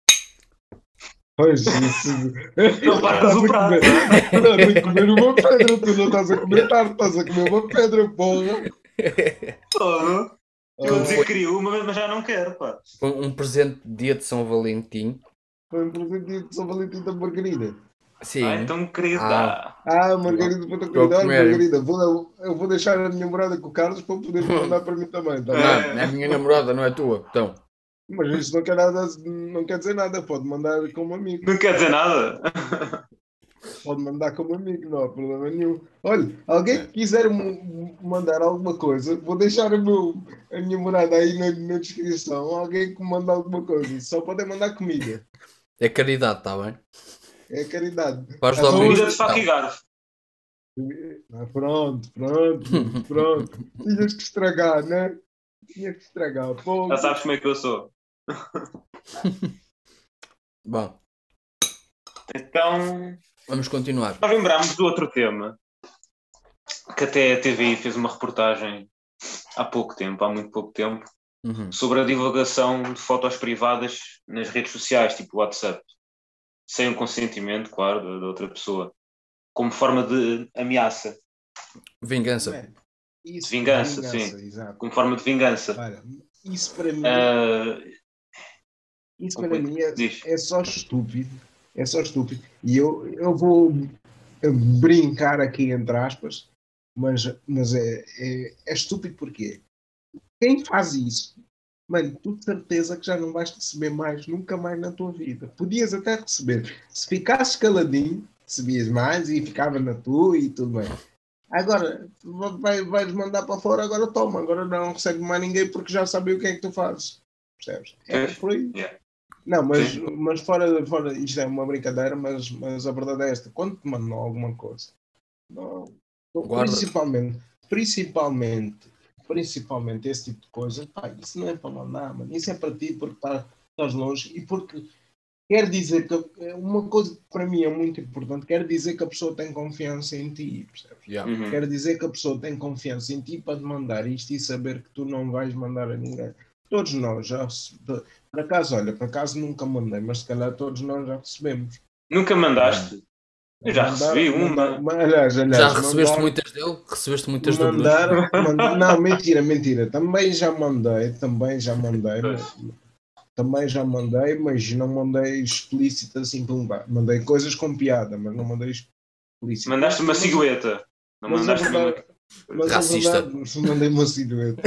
Pois isso. Não paras o prato. Estás a comer uma pedra, tu não estás a comer tarte, estás a comer uma pedra, porra. Porra. Eu dizia que queria uma, mas já não quero, pá. Foi um presente de dia de São Valentim. Foi um presente de dia de São Valentim da Margarida. Sim. Ah, então querida. Ah, ah Margarida, para tua querida. Olha, Margarida, vou, eu vou deixar a minha namorada com o Carlos para poder mandar para mim também. Tá não, não é a minha namorada, não é tua. Então. Mas isso não quer, nada, não quer dizer nada, pode mandar como amigo. Não quer dizer nada? Pode mandar como amigo, não há problema nenhum. Olha, alguém que quiser mandar alguma coisa, vou deixar o meu, a minha morada aí na, na descrição. Alguém que manda alguma coisa, só podem mandar comida. É caridade, está bem? É caridade. Faz lá comida de faca e garfo. Ah, pronto, pronto, pronto. Tinhas que estragar, né? Tinhas que estragar. Pô. Já sabes como é que eu sou. Bom. Então... Vamos continuar. Nós lembrámos do outro tema, que até a T V I fez uma reportagem há pouco tempo, há muito pouco tempo, Uhum. sobre a divulgação de fotos privadas nas redes sociais, tipo WhatsApp, sem o consentimento, claro, da, da outra pessoa, como forma de ameaça, Vingança. É, de isso, vingança, vingança, sim, exato. como forma de vingança. Olha, isso para mim, Ah, isso para compli- mim é, diz. é só estúpido. É só estúpido. E eu, eu vou brincar aqui entre aspas, mas, mas é, é, é estúpido porque quem faz isso, mano, tu de certeza que já não vais receber mais, nunca mais na tua vida. Podias até receber. Se ficasses caladinho, recebias mais e ficava na tua e tudo bem. Agora, vai, vais mandar para fora, agora toma, agora não recebe mais ninguém porque já sabe o que é que tu fazes. Percebes? É Pois, por aí. yeah. Não, mas, Sim. mas fora, fora, isto é uma brincadeira, mas, mas a verdade é esta. Quando te mandam alguma coisa, não, Guarda. principalmente, principalmente, principalmente esse tipo de coisa, pá, isso não é para mandar, mano. Isso é para ti porque tá, estás longe e porque quer dizer que uma coisa que para mim é muito importante, quer dizer que a pessoa tem confiança em ti, percebes? Yeah. Uhum. Quer dizer que a pessoa tem confiança em ti para te mandar isto e saber que tu não vais mandar a ninguém. Todos nós já recebemos. Por acaso, olha, por acaso nunca mandei, mas se calhar todos nós já recebemos. Nunca mandaste? Eu já Mandar, recebi uma. mandar, aliás, aliás, Já recebeste mandar, muitas dele? Recebeste muitas do Bruno? mandar, mandar, não, mentira, mentira. Também já mandei, também já mandei, mas, também já mandei, mas não mandei explícito assim, pum, pá. Mandei coisas com piada, mas não mandei explícito. Mandaste uma Mas- silhueta. Não Mas a mandaste mesmo. verdade, mas a Racista. verdade, mandei uma silhueta.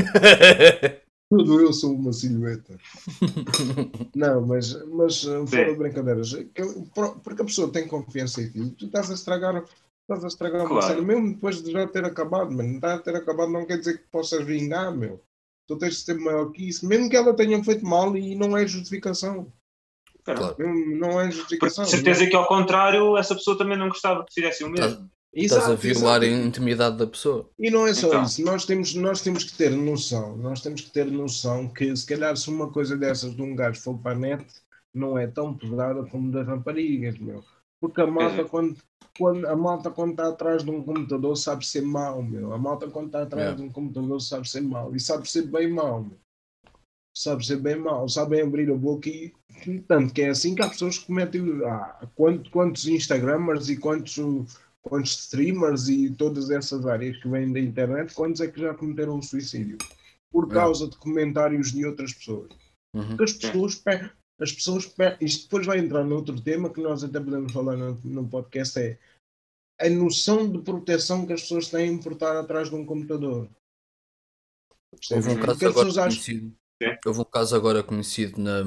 Tudo eu sou uma silhueta. Não, mas, mas uh, fora de brincadeiras, que eu- por- porque a pessoa tem confiança em ti, tu estás a estragar, estás a estragar uma Claro. cena, mesmo depois de já ter acabado, mas não está a ter acabado não quer dizer que possas vingar, meu. Tu tens de ser maior que isso, mesmo que ela tenha feito mal e não é justificação. Claro. Mesmo não é Porque justificação. de certeza que ao contrário, essa pessoa também não gostava que fizesse o Estás, mesmo. estás a Exato, violar exato. a intimidade da pessoa. E não é só Então. isso, nós temos, nós temos que ter noção, nós temos que ter noção que se calhar se uma coisa dessas de um gajo for para a net, não é tão pesada como das raparigas, meu. Porque a malta, é. quando, quando, a malta quando está atrás de um computador sabe ser mau, meu. A malta quando está atrás É. de um computador sabe ser mau. E sabe ser bem mau, meu. Sabe ser bem mau, sabem abrir a boca e tanto que é assim que há pessoas que cometem ah, quantos, quantos Instagramers e quantos, quantos streamers e todas essas áreas que vêm da internet, quantos é que já cometeram um suicídio? Por É. causa de comentários de outras pessoas. Uhum. Porque as pessoas pe- as pessoas pe- isto depois vai entrar noutro tema que nós até podemos falar no, no podcast, é a noção de proteção que as pessoas têm por estar atrás de um computador. Houve um Porque caso as agora pessoas acham- conhecido. Sim. Houve um caso agora conhecido na,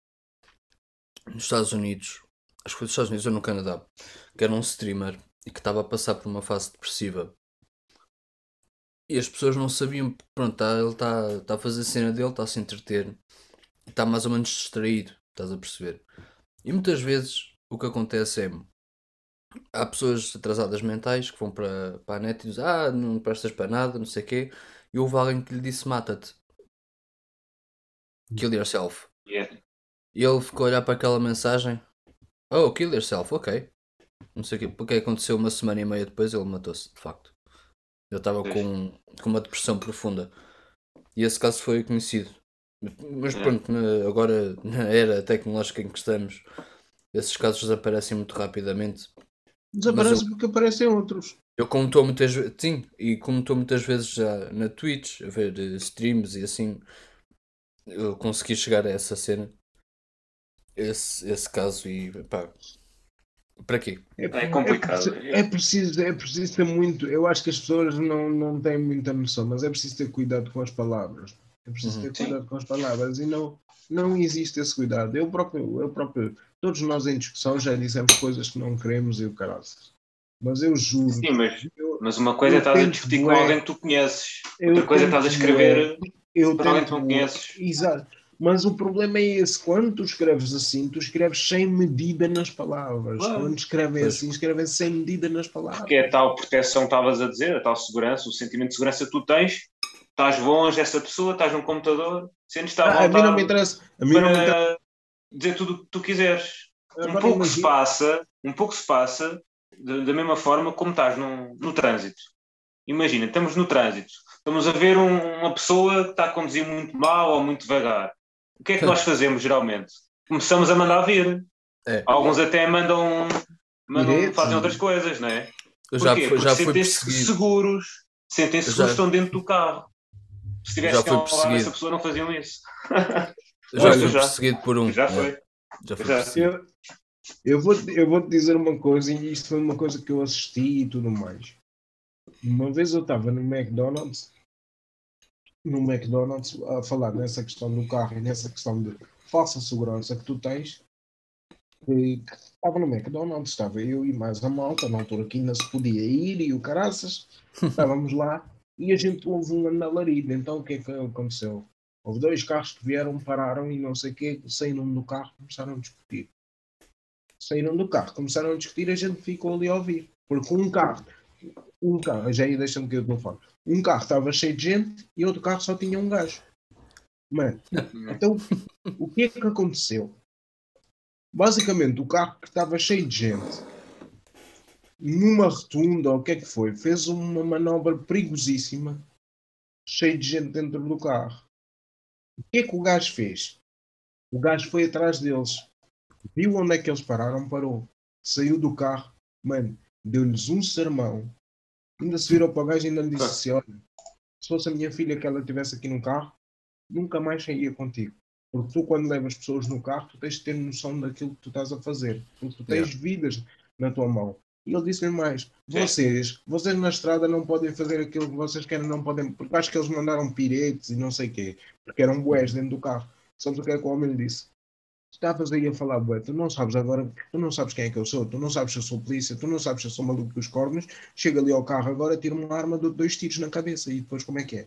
nos Estados Unidos. Acho que foi nos Estados Unidos ou no Canadá. Que era um streamer e que estava a passar por uma fase depressiva. E as pessoas não sabiam. Pronto, tá, ele está tá a fazer a cena dele, está a se entreter. E está mais ou menos distraído. Estás a perceber? E muitas vezes o que acontece é. Há pessoas atrasadas mentais que vão para, para a net e dizem: Ah, não prestas para nada, não sei o quê. E houve alguém que lhe disse: Mata-te. Kill yourself. Yeah. E ele ficou a olhar para aquela mensagem. Oh, kill yourself, ok. Não sei o quê. Porque aconteceu uma semana e meia depois ele matou-se, de facto. Ele estava com, com uma depressão profunda. E esse caso foi conhecido. Mas pronto, na- agora na era tecnológica em que estamos, esses casos desaparecem muito rapidamente. Desaparece eu- porque aparecem outros. Eu como estou muitas vezes, sim, e como estou muitas vezes já na Twitch a ver eh, streams e assim, eu consegui chegar a essa cena, esse, esse caso e pá, para quê? É complicado. É, é preciso, é preciso ter muito. Eu acho que as pessoas não, não têm muita noção, mas é preciso ter cuidado com as palavras. É preciso Uhum. ter cuidado com as palavras e não, não existe esse cuidado. Eu próprio, eu próprio, todos nós em discussão já dissemos coisas que não queremos e o caraças. Mas eu juro. Sim, mas, eu, mas uma coisa é eu estás a tento discutir com bué- alguém que tu conheces. eu Outra coisa é estás a tento escrever bué- eu para alguém que tento não bué- conheces. Exato. Mas o problema é esse. Quando tu escreves assim, tu escreves sem medida nas palavras. Claro. Quando escrevem Pois. assim, escrevem sem medida nas palavras. Porque é a tal proteção que estavas a dizer, a tal segurança, o sentimento de segurança que tu tens. Estás longe dessa pessoa, estás num computador, sentes-te à Ah, a mim não me vontade interessa. A mim não me interessa. para dizer tudo o que tu quiseres. Um Agora pouco se imagina- passa, um pouco se passa de- da mesma forma como estás no, no trânsito. Imagina, estamos no trânsito, estamos a ver um, uma pessoa que está a conduzir muito mal ou muito devagar. O que é que nós fazemos geralmente? Começamos a mandar vir. É. Alguns até mandam, mandam Direito. fazem outras coisas, não é? Eu já Porquê? fui, já Porque fui sentem-se perseguido. seguros, sentem-se Eu seguros, já- estão dentro do carro. Se tivesse Já que fui ao lado perseguido. dessa pessoa, não faziam isso. Eu já Olha, fui já. perseguido por um. Já É, foi. já fui Já. perseguido. Eu, eu vou-te eu vou dizer uma coisa, e isto foi uma coisa que eu assisti e tudo mais. Uma vez eu estava no McDonald's, no McDonald's, a falar nessa questão do carro e nessa questão de falsa segurança que tu tens. E estava no McDonald's, estava eu e mais a malta, na altura que ainda se podia ir, e o caraças, estávamos lá e a gente houve um andalarido. Então o que é que aconteceu? Houve dois carros que vieram, pararam e não sei o quê, saíram do carro, começaram a discutir. Saíram do carro, começaram a discutir, a gente ficou ali a ouvir. Porque um carro, um carro, já ia deixando que eu não falo, um carro estava cheio de gente e outro carro só tinha um gajo. Mano, então o que é que aconteceu? Basicamente, o carro que estava cheio de gente, numa rotunda, ou o que é que foi, fez uma manobra perigosíssima, cheio de gente dentro do carro. O que é que o gajo fez? O gajo foi atrás deles, viu onde é que eles pararam, parou, saiu do carro, mano, deu-lhes um sermão, ainda se virou para o gajo e ainda lhe disse assim: olha, se fosse a minha filha que ela estivesse aqui no carro, nunca mais saía contigo. Porque tu, quando levas pessoas no carro, tu tens de ter noção daquilo que tu estás a fazer. Porque tu tens Yeah. vidas na tua mão. E ele disse-lhe mais: Sim. vocês, vocês na estrada não podem fazer aquilo que vocês querem, não podem. Porque acho que eles mandaram piretes e não sei o quê. Porque eram bués dentro do carro. Sabes o que é que o homem lhe disse? Estavas aí a falar, bué, tu não sabes agora, tu não sabes quem é que eu sou, tu não sabes se eu sou polícia, tu não sabes se eu sou maluco dos cornos, chega ali ao carro agora, tira uma arma, dou dois tiros na cabeça e depois como é que é?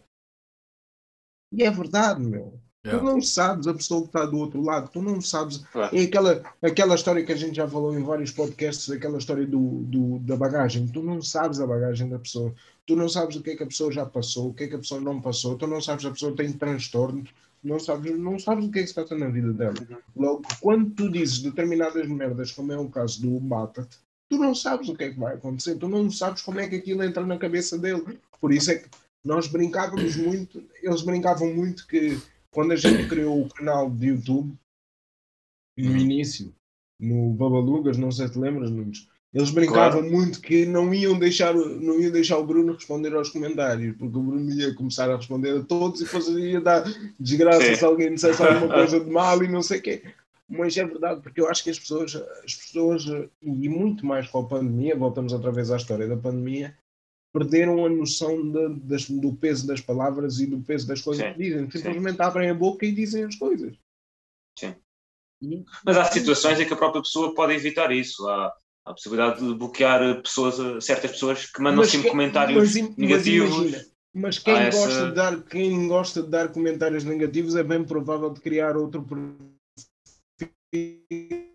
E é verdade, meu. Yeah. Tu não sabes a pessoa que está do outro lado, tu não sabes. Claro. É aquela, aquela história que a gente já falou em vários podcasts, aquela história do, do, da bagagem. Tu não sabes a bagagem da pessoa, tu não sabes o que é que a pessoa já passou, o que é que a pessoa não passou, tu não sabes se a pessoa tem transtorno, não sabes, não sabes o que é que se passa na vida dela. Logo, quando tu dizes determinadas merdas, como é o caso do Bata-te, tu não sabes o que é que vai acontecer, tu não sabes como é que aquilo entra na cabeça dele. Por isso é que nós brincávamos muito, eles brincavam muito que quando a gente criou o canal de YouTube, no Uhum. início, no Babalugas, não sei se te lembras, Nunes, eles brincavam Claro. muito que não iam, deixar, não iam deixar o Bruno responder aos comentários, porque o Bruno ia começar a responder a todos e depois ia dar desgraça Sim. se alguém dissesse alguma coisa de mal e não sei o quê. Mas é verdade, porque eu acho que as pessoas, as pessoas, e muito mais com a pandemia, voltamos outra vez à história da pandemia, perderam a noção de, das, do peso das palavras e do peso das coisas Sim, que dizem. sim. Simplesmente abrem a boca e dizem as coisas. Sim. E- Mas há situações em que a própria pessoa pode evitar isso. Há há a possibilidade de bloquear pessoas, certas pessoas que mandam mas, sempre que- comentários mas im- mas negativos. imagina, mas quem, Há essa- gosta de dar, quem gosta de dar comentários negativos é bem provável de criar outro perfil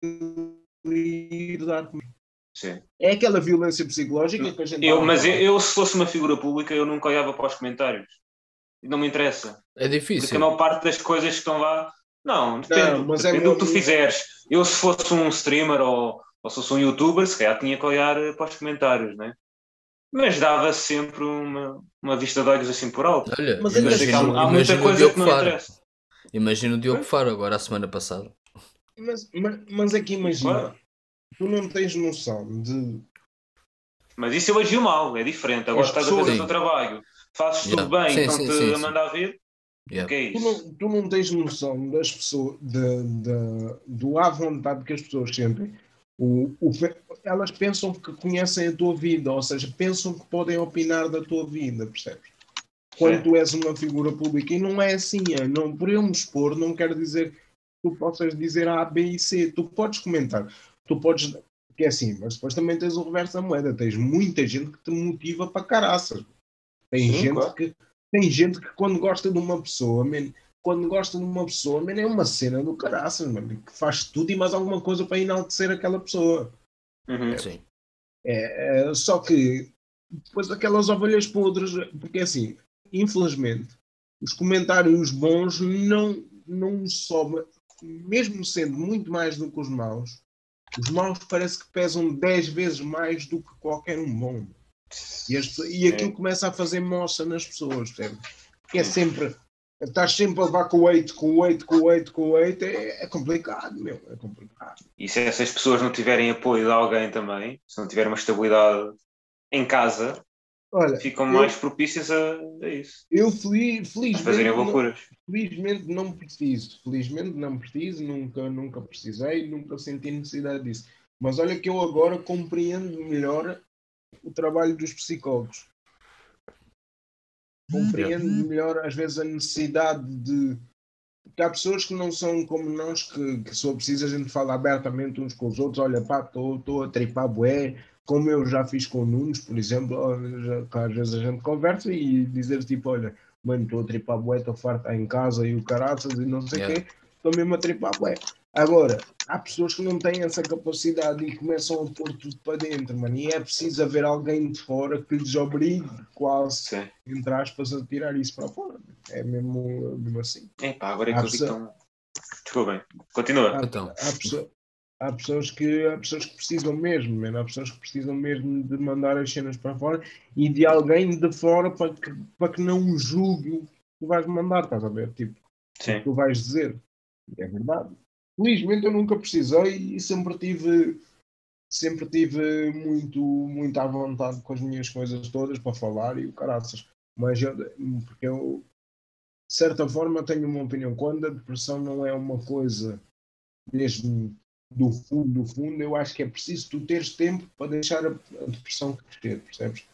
e dar. Sim. É aquela violência psicológica que a gente Eu, estava a mas eu, falar. eu, se fosse uma figura pública, eu nunca olhava para os comentários. Não me interessa. É Porque difícil. a maior parte das coisas que estão lá. Não, depende, Não, mas é depende do que tu mesmo- fizeres. Eu, se fosse um streamer ou, ou se fosse um youtuber, se calhar tinha que olhar eh, para os comentários, né? Mas dava sempre uma, uma vista de olhos assim por alto. Olha, Mas ainda Eu sei que há, assim, há muita imagina o coisa Diogo que não Faro. interessa. Imagina o Diogo Hã? Faro agora, a semana passada. Mas, mas, mas é que imagina, Claro. tu não tens noção de. Mas isso eu agio mal, é diferente. Agora As estás a fazer o pessoas- teu trabalho, fazes Yeah. tudo bem, Sim, então sim, te sim, a sim. mandar vir. Yeah. O que é Tu isso? não, tu não tens noção das pessoas, de, de- do à vontade que as pessoas sentem. O, o, fe- elas pensam que conhecem a tua vida, ou seja, pensam que podem opinar da tua vida, percebes? Quando Sim. tu és uma figura pública, e não é assim, é, não, por eu me expor, não quer dizer que tu possas dizer A, B e C. Tu podes comentar, tu podes, que é assim, mas depois também tens o reverso da moeda, tens muita gente que te motiva para caraças. Tem Sim, gente claro. que tem gente que quando gosta de uma pessoa, man, quando gosta de uma pessoa, man, é uma cena do caraças, man, que faz tudo e mais alguma coisa para enaltecer aquela pessoa. Uhum. Sim. É, é, só que depois aquelas ovelhas podres, porque assim, infelizmente, os comentários bons não, não sobem, mesmo sendo muito mais do que os maus, os maus parece que pesam dez vezes mais do que qualquer um bom. E, as, e aquilo é. começa a fazer moça nas pessoas, percebe? Que é sempre, estás sempre a levar com o oito, com o oito, com o oito, com o oito, é, é complicado, meu, é complicado. E se essas pessoas não tiverem apoio de alguém também, se não tiverem uma estabilidade em casa, olha, ficam eu, mais propícias a, a isso. Eu feliz, felizmente, fazerem loucuras. Não, felizmente não preciso, felizmente não preciso, nunca, nunca precisei, nunca senti necessidade disso. Mas olha que eu agora compreendo melhor o trabalho dos psicólogos. Compreendo hum. melhor, às vezes, a necessidade de... Porque há pessoas que não são como nós, que, que só precisa a gente falar abertamente uns com os outros. Olha, pá, estou a tripar bué, como eu já fiz com o Nunes, por exemplo. Já, às vezes a gente conversa e dizer tipo, olha, mano, estou a tripar bué, estou farto em casa e o caraças e não sei o yeah. quê. Estou mesmo a tripar bué. Agora, há pessoas que não têm essa capacidade e começam a pôr tudo para dentro, mano. E é preciso haver alguém de fora que lhes obrigue, quase, Sim. entre aspas, a tirar isso para fora. É mesmo, mesmo assim. Epá, agora é que eu vi tão... Desculpem, continua. Há, então. há, pessoa, há, pessoas que, há pessoas que precisam mesmo, mano. Há pessoas que precisam mesmo de mandar as cenas para fora e de alguém de fora para que, para que não julgue o que tu vais mandar, estás a ver? Tipo, Sim. o que tu vais dizer. É verdade. Felizmente eu nunca precisei e sempre tive sempre tive muito, muito à vontade com as minhas coisas todas para falar e o caraças. Mas eu, porque eu, de certa forma, tenho uma opinião. Quando a depressão não é uma coisa mesmo do fundo, do fundo, eu acho que é preciso tu teres tempo para deixar a, a depressão crescer, percebes?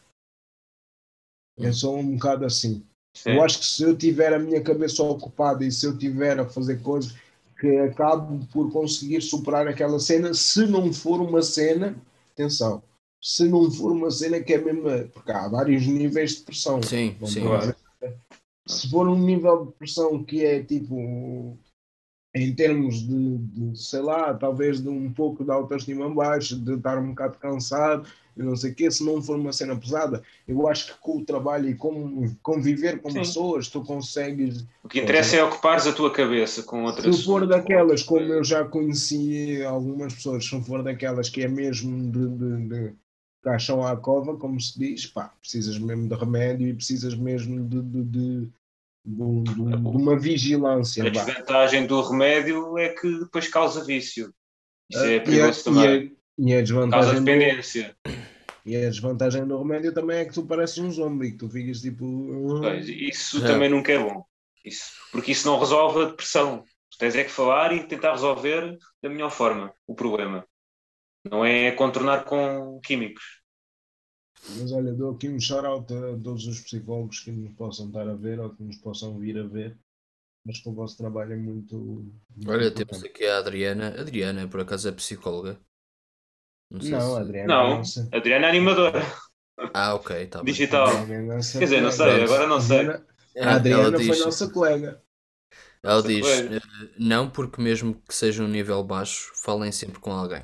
Hum. Eu sou um bocado assim. Sim. Eu acho que se eu tiver a minha cabeça ocupada e se eu tiver a fazer coisas que acabo por conseguir superar aquela cena, se não for uma cena, atenção, se não for uma cena que é mesmo, porque há vários níveis de pressão. Sim, sim. Dizer, se for um nível de pressão que é tipo, em termos de, de, sei lá, talvez de um pouco de autoestima baixo, de estar um bocado cansado, e não sei o quê, se não for uma cena pesada, eu acho que com o trabalho e com conviver com Sim. pessoas, tu consegues... O que interessa é ocupares a tua cabeça com outras... Se for daquelas, como eu já conheci algumas pessoas, se for daquelas que é mesmo de, de, de caixão à cova, como se diz, pá, precisas mesmo de remédio e precisas mesmo de... de, de De, de, de uma vigilância. A desvantagem do remédio é que depois causa vício. Isso é uh, perigoso e a, também. E a, e a desvantagem causa dependência. Do, e a desvantagem do remédio também é que tu pareces um zombie, que tu ficas tipo... Uh... Pois, isso é. também nunca é bom. Isso, porque isso não resolve a depressão. Tu tens é que falar e tentar resolver da melhor forma o problema. Não é contornar com químicos. Mas olha, dou aqui um shout-out a todos os psicólogos que nos possam estar a ver ou que nos possam vir a ver. Mas que o vosso trabalho é muito... muito olha, temos aqui a Adriana. Adriana, por acaso, é psicóloga? Não, sei não se... Adriana não, nossa... Adriana é animadora. Ah, ok, tá bem. Digital. Quer dizer, não sei, agora não sei. A Adriana diz... foi nossa colega. Ela nossa diz, colega. Não, porque mesmo que seja um nível baixo, falem sempre com alguém.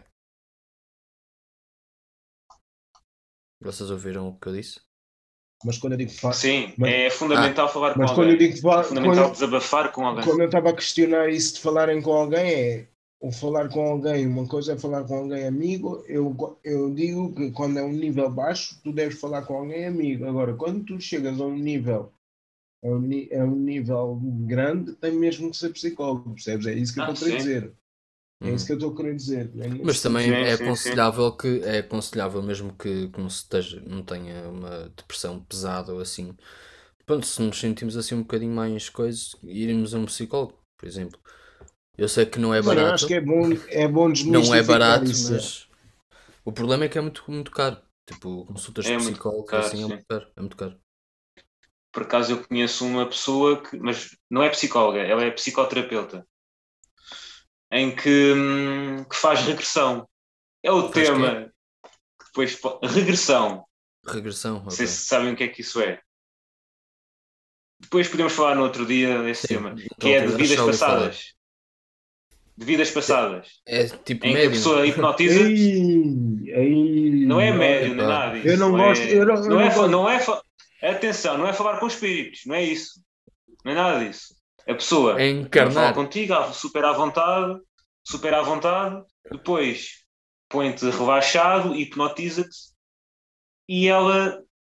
Vocês ouviram o que eu disse? Mas quando eu digo fa... Sim, mas... é fundamental ah, falar com mas alguém. Quando eu digo fa... É fundamental quando... desabafar com alguém. Quando eu estava a questionar isso de falarem com alguém, é ou falar com alguém, uma coisa é falar com alguém amigo, eu, eu digo que quando é um nível baixo, tu deves falar com alguém amigo. Agora, quando tu chegas a um nível a um, a um nível grande, tem mesmo que ser psicólogo, percebes? É isso que eu estou ah, a querer dizer. É isso que eu estou a querer dizer. É Mas também sim, é aconselhável sim. que é aconselhável mesmo que, que não, se esteja, não tenha uma depressão pesada ou assim. Pronto, se nos sentimos assim um bocadinho mais coisas, irmos a um psicólogo, por exemplo. Eu sei que não é barato. Mas eu acho que é bom, é bom não é barato, isso, mas é. O problema é que é muito, muito caro. Tipo, consultas de é psicólogos assim é muito caro. É muito caro. Por acaso eu conheço uma pessoa que, mas não é psicóloga, ela é psicoterapeuta. Em que, que faz regressão. É o faz tema. Depois, regressão. Regressão, não sei okay. se sabem o que é que isso é. Depois podemos falar no outro dia desse Sim, tema. Que é de vidas passadas. Falar. De vidas passadas. É, é tipo em médium. que a pessoa hipnotiza. Ei, ei, não é médium, nem nada disso. Eu não gosto. É, eu não, não, eu é, não, não é, atenção, não é falar com espíritos. Não é isso. Não é nada disso. A pessoa é encarnar. Fala contigo, super à vontade, super à vontade, depois põe-te relaxado, hipnotiza-te e ela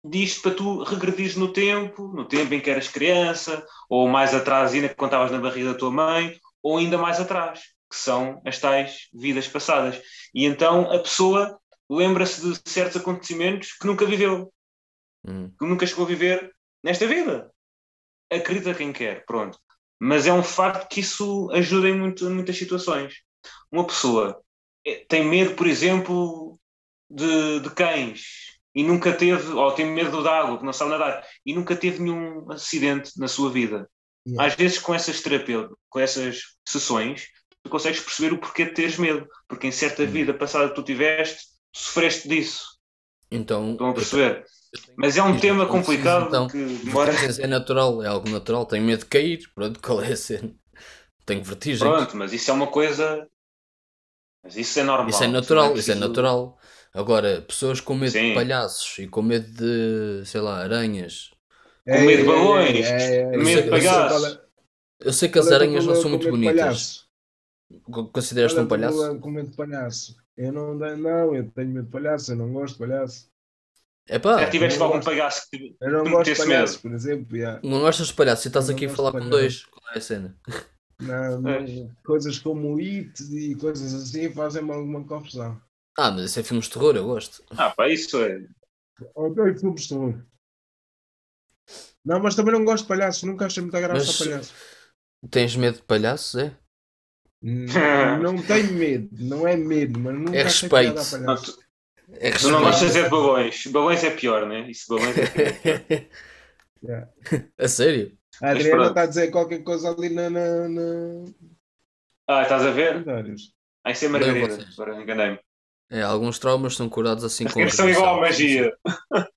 disto para tu regredires no tempo, no tempo em que eras criança, ou mais atrás ainda quando estavas na barriga da tua mãe, ou ainda mais atrás, que são as tais vidas passadas. E então a pessoa lembra-se de certos acontecimentos que nunca viveu, Hum. que nunca chegou a viver nesta vida. Acredita quem quer, pronto. Mas é um facto que isso ajuda em, muito, em muitas situações. Uma pessoa tem medo, por exemplo, de, de cães e nunca teve, ou tem medo de água, que não sabe nadar, e nunca teve nenhum acidente na sua vida. Yeah. Às vezes com essas terapeutas, com essas sessões, tu consegues perceber o porquê de teres medo, porque em certa Hum. vida passada que tu tiveste, tu sofreste disso. Então, Estão a eu perceber? tenho- Mas é um Diz-me, tema então, preciso, complicado então, que demora. vertigens é natural, é algo natural. Tenho medo de cair, pronto, qual é a cena? Tenho vertigens. Pronto, mas isso é uma coisa. Mas isso é normal. Isso é não natural, preciso- isso é natural. Agora, pessoas com medo de Sim. palhaços e com medo de, sei lá, aranhas. Com medo de balões, é, medo de eu sei- palhaços. Eu sei que Qual as é o teu aranhas não problema são com muito medo de bonitas. palhaço? Co- Consideras-te Qual é um o teu palhaço? problema com medo de palhaço? Eu não, não, eu tenho medo de palhaço, eu não gosto de palhaço. É pá, Já tiveste eu não algum gosto- palhaço que te Eu não que gosto de metesse palhaço, medo? por exemplo. Yeah. não gostas de palhaço e estás Eu não aqui a gosto falar de com palhaço. dois. Qual é a cena? Não, não, coisas como It e coisas assim fazem-me alguma confusão. Ah, mas isso é filmes de terror, eu gosto. Ah, pá, isso é. Odeio filmes de terror. Não, mas também não gosto de palhaços, nunca achei muita graça Mas- a palhaço. Tens medo de palhaços, é? Hum, Não tenho medo, não é medo, mas nunca É achei piada a respeito. Não, palhaço. tu, É tu não respeito. gostas é de balões. Balões é pior, né? Isso, balões é pior. Yeah. A sério? A Mas Adriana pronto. está a dizer qualquer coisa ali na, na, na... Ah, estás a ver? comentários. Ah, isso é Leio Margarida. vocês. Agora enganei-me. É, alguns traumas são curados assim com Eles são igual à regressão. magia.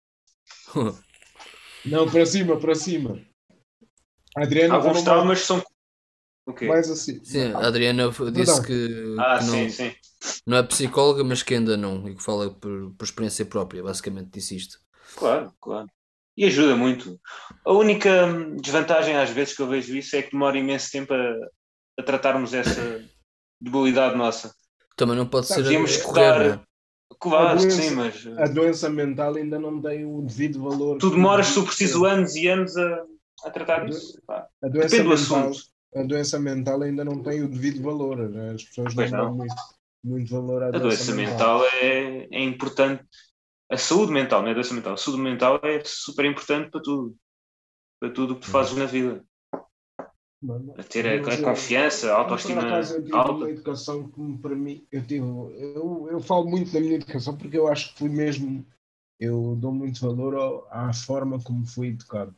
Não, para cima, para cima. A Adriana Alguns falou traumas são. O quê? mais, mais assim. Sim, a Adriana f- disse que, Ah, que sim, não, sim. não é psicóloga, mas que ainda não, e que fala por, por experiência própria, basicamente disse isto. Claro, claro. E ajuda muito. A única hum, desvantagem às vezes que eu vejo isso é que demora imenso tempo a, a tratarmos essa debilidade nossa. Também não pode ser a Podíamos escorrer, escutar- não é? Claro, A doença- sim, mas A doença mental ainda não tem o devido valor. tu que demoras, se devia tu preciso, ter. anos e anos a, a tratar disso. Pá. A doença, Depende do mental, assunto. a doença mental ainda não tem o devido valor. Né? As pessoas Pois não não. dão muito, muito valor à A doença mental é, é importante. A saúde mental, não é a doença mental. A saúde mental é super importante para tudo. Para tudo o que tu fazes na vida. Mano, A ter a, mas a eu- confiança, a Por autoestima acaso, eu tive alta. uma educação que para mim, eu tive, eu, eu falo muito da minha educação porque eu acho que fui mesmo, eu dou muito valor ao- à forma como fui educado.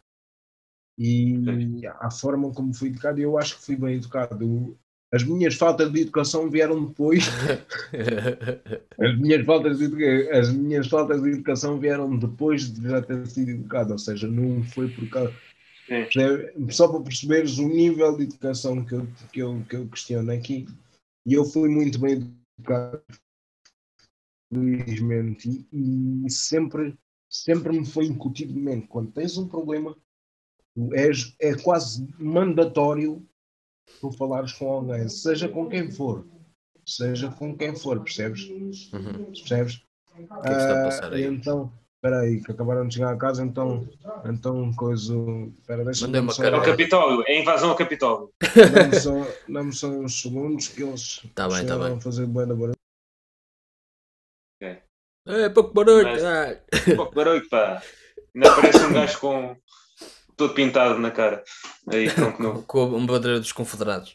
E à forma como fui educado, eu acho que fui bem educado. Eu- As minhas faltas de educação vieram depois. As minhas faltas de, educa- as minhas faltas de educação vieram depois de já ter sido educado, ou seja, não foi por causa. Sim. Percebe? Só para perceberes o nível de educação que eu, que eu, que eu questiono aqui. E eu fui muito bem educado, felizmente, e, e sempre, sempre me foi incutido de mente. Quando tens um problema, tu és, é quase mandatório tu falares com alguém, seja com quem for. Seja com quem for, percebes? Uhum. Percebes? O que é que está a passar Ah, aí? e então, espera aí, que acabaram de chegar a casa, então, então coisa. Espera, deixa-me Mandei uma só- É o cara- Capitólio, é a invasão ao Capitólio. Dá-me só, dá-me só uns segundos que eles Tá bem, tá chegaram bem. a fazer bué da barulho. É pouco barulho, Mas- caralho. Pô, barulho, pá. Ainda parece um gajo com todo pintado na cara. Aí, pronto, não. Com a bandeira dos confederados.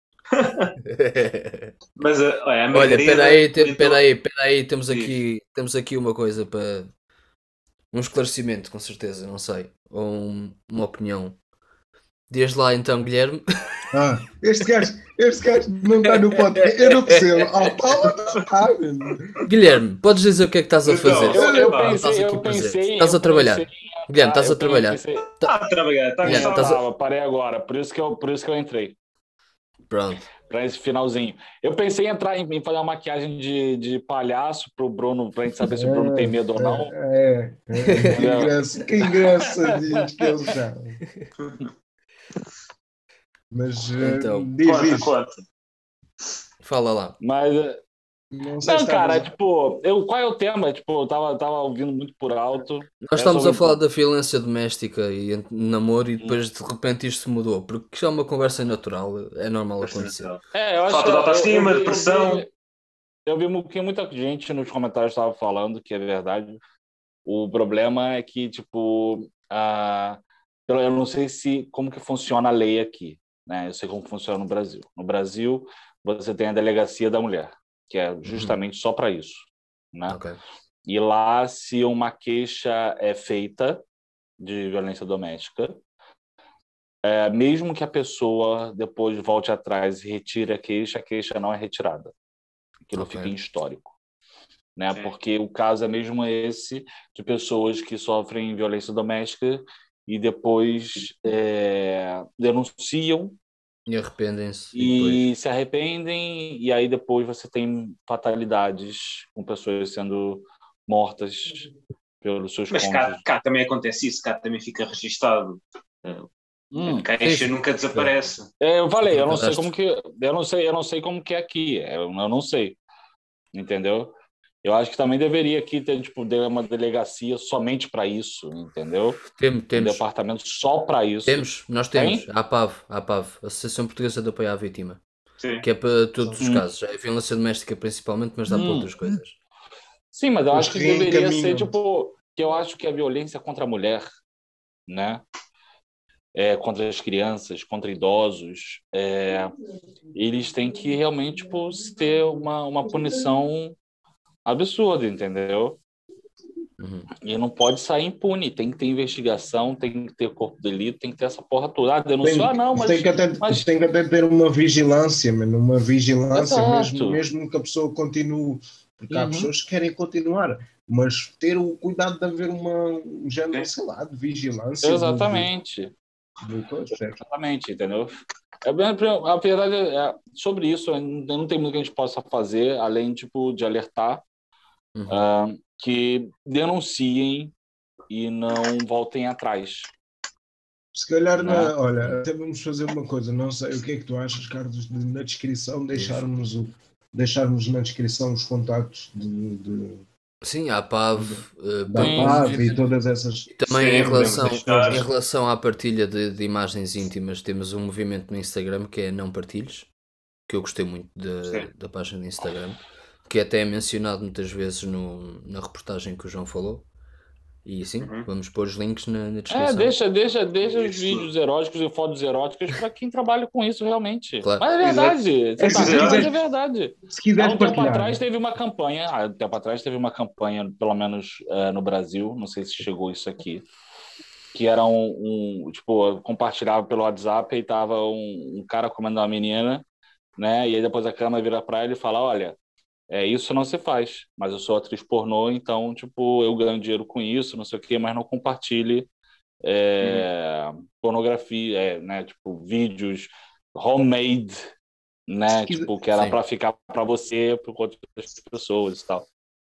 Mas a, olha, a Olha, Margarida espera aí, te- comentou- espera aí, espera aí, temos Diz. aqui, temos aqui uma coisa para um esclarecimento, com certeza, não sei, ou um- uma opinião. Diz lá então, Guilherme. Ah, este gajo, este gajo não está no podcast, eu não percebo. Ah, tá, tá, mano. Guilherme, podes dizer o que é que estás a Então, fazer? eu- Eu, eu Ah, estás pensei, aqui eu presente. pensei. Estás a eu trabalhar. pensei- Guilherme, estás Ah, a trabalhar. Eu pensei, Está a trabalhar, está a Yeah, gostar. estás a- tava, parei agora, por isso que eu, por isso que eu entrei. Pronto. Pra esse finalzinho. Eu pensei em entrar em, em fazer uma maquiagem de, de palhaço pro Bruno, pra gente saber se o Bruno tem medo ou não. É, é, é, que, engraça, que engraçadinhos que eles são. Mas eh, Então, diz Conta, isso. conta. Fala lá. Mas, Não sei Não, se cara, estavas. tipo, eu, qual é o tema? Tipo, eu tava, tava ouvindo muito por alto. Nós É estamos a sobre. falar da violência doméstica e ent- namoro e Hum. depois de repente isto se mudou, porque isto é uma conversa natural, é normal Bastante acontecer. natural. É, eu acho que Falta de eu, eu, autoestima, vi, eu, depressão. vi, eu vi mu- que muita gente nos comentários estava falando que é verdade. O problema é que, tipo, a, eu eu não sei se como que funciona a lei aqui, né? Eu sei como funciona no Brasil. No Brasil, você tem a delegacia da mulher, que é justamente só para isso, né? Ok. E lá, se uma queixa é feita de violência doméstica, é, mesmo que a pessoa depois volte atrás e retire a queixa, a queixa não é retirada. Aquilo Ok. fica em histórico, né? Sim. Porque o caso é mesmo esse de pessoas que sofrem violência doméstica e depois é, denunciam E arrependem-se e depois. e se arrependem, e aí depois você tem fatalidades com pessoas sendo mortas pelos seus Mas cá, cônjuges. cá também acontece isso, cá também fica registado. Hum. A queixa Sim, nunca sim. desaparece. É, eu falei, Fica eu no não sei cadastro. como que eu não sei, eu não sei como que é aqui, eu, eu não sei, entendeu? Eu acho que também deveria aqui ter tipo de- uma delegacia somente para isso, entendeu? Temos, Um temos, departamento só para isso. temos, nós temos, Tem? a APAV, a APAV, Associação Portuguesa de Apoio à Vítima, Sim. que é para todos os Hum. casos, é violência doméstica principalmente, mas dá para Hum. outras coisas. Sim, mas eu Depois acho que deveria ser reencaminham. tipo que eu acho que a violência contra a mulher, né? É, contra as crianças, contra idosos, é, eles têm que realmente tipo, ter uma, uma punição absurda, entendeu? Uhum. E não pode sair impune, tem que ter investigação, tem que ter corpo de delito, tem que ter essa porra toda. Ah, denunciou, Tem, ah, não, tem, mas, que até, mas... tem que até ter uma vigilância, mano, uma vigilância, mesmo, Exato. mesmo que a pessoa continue, porque há Uhum. pessoas que querem continuar, mas ter o cuidado de haver uma, um género, Sim. sei lá, de vigilância, de, Exatamente. de, de coisa, certo? Exatamente, entendeu? É bem- A verdade é, sobre isso, ainda não tem muito que a gente possa fazer, além tipo, de alertar Uhum. ah, que denunciem e não voltem atrás. Se calhar, Né? na, olha, até vamos fazer uma coisa, não sei o que é que tu achas, Carlos, de, na descrição deixarmos, o, deixarmos na descrição os contactos de, de, Sim, a APAV, eh, da Sim, P A V podemos- e todas essas. e também em Sim, podemos relação, deixar. em relação à partilha de, de imagens íntimas, temos um movimento no Instagram que é Não Partilhes, que eu gostei muito da, Sim. da página do Instagram, que até é mencionado muitas vezes no, na reportagem que o João falou. E sim, Uhum. vamos pôr os links na, na É, descrição. deixa, deixa, deixa os Isso. vídeos eróticos e fotos eróticas para quem trabalha com isso realmente. Claro. Mas é verdade, você É, tá se rindo, mas é quiseres- verdade. Se Há quiseres um tempo partilhar, atrás teve uma campanha, há um tempo atrás teve uma campanha, pelo menos eh, no Brasil, não sei se chegou isso aqui, que era um, um tipo, compartilhava pelo WhatsApp e tava um, um cara comendo uma menina, né? E aí depois a câmera vira para ele e fala, olha, é, isso não se faz, mas eu sou atriz pornô, então, tipo, eu ganho dinheiro com isso, não sei o quê, mas não compartilhe é, pornografia, é, né? Tipo, vídeos homemade, né? Se quiser- Tipo, que era Sim. para ficar para você, para outras pessoas e tal.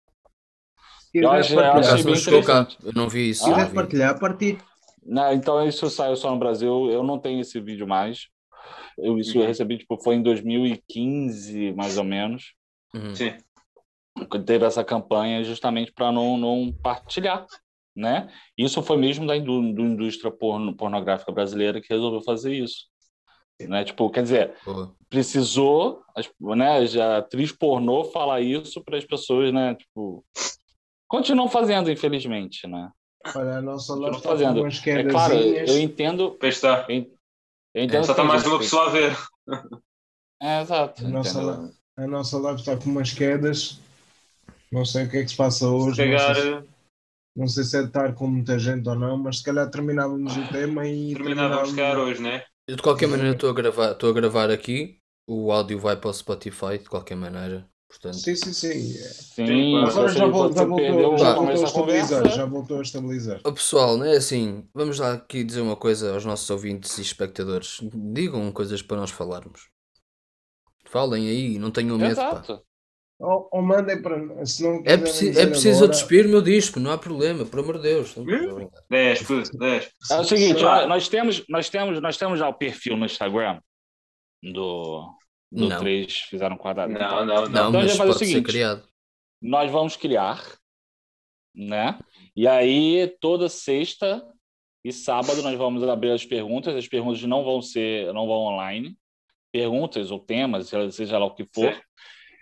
se Eu, quiseres acho, eu Por partilhar, achei acaso não bem chegou cá, interessante. eu não vi isso. se não quiseres vi. partilhar, partilha. Né? Então, isso saiu só no Brasil, eu não tenho esse vídeo mais. Eu, isso eu Uhum. recebi, tipo, foi em dois mil e quinze, mais ou menos. Uhum. Sim. Quando teve essa campanha justamente para não, não partilhar, né? Isso foi mesmo da, indú da indústria porno, pornográfica brasileira que resolveu fazer isso, né? Tipo, quer dizer, Boa. precisou, as- né? Já a atriz pornô falar isso para as pessoas, né? Tipo, continuam fazendo, infelizmente, né? Olha, a nossa live Continuam está com fazendo. umas É claro, quedazinhas. eu entendo, Pois está. eu eu entendo Só que está tem mais gente uma que- pessoa a ver. É, exato, A nossa, entendeu? li- a nossa live está com umas quedas. Não sei o que é que se passa Se hoje. Não calhar sei se, não sei se é de estar com muita gente ou não, mas se calhar terminávamos o tema e terminávamos se calhar terminávamos. hoje, né? Eu de qualquer maneira estou a gravar, estou a gravar aqui, o áudio vai para o Spotify de qualquer maneira, portanto. Sim, sim, sim. Sim, claro. se Agora você, já, vol- já você perdeu voltou, o já Pá. voltou começo a da estabilizar. conversa, Já voltou a estabilizar. Ó pessoal, não é assim, vamos lá aqui dizer uma coisa aos nossos ouvintes e espectadores. Digam coisas para nós falarmos. Falem aí, não tenham medo, pá. exato. Ou, ou mandem para. Se não É, quiserem preci é dizer preciso eu agora, despir-me, eu dispo, não há problema, por amor de Deus. Estou a brincar. dez, puto, dez. É o seguinte, Sei lá. ó, nós temos, nós temos, nós temos já o perfil no Instagram do, Do Não. três fizeram quadrado. Não, não, não. Não, Então a mas gente vai fazer o pode ser seguinte. criado. Nós vamos criar, né? E aí, toda sexta e sábado, nós vamos abrir as perguntas. As perguntas não vão ser, não vão online. Perguntas ou temas, seja lá o que for. Sim.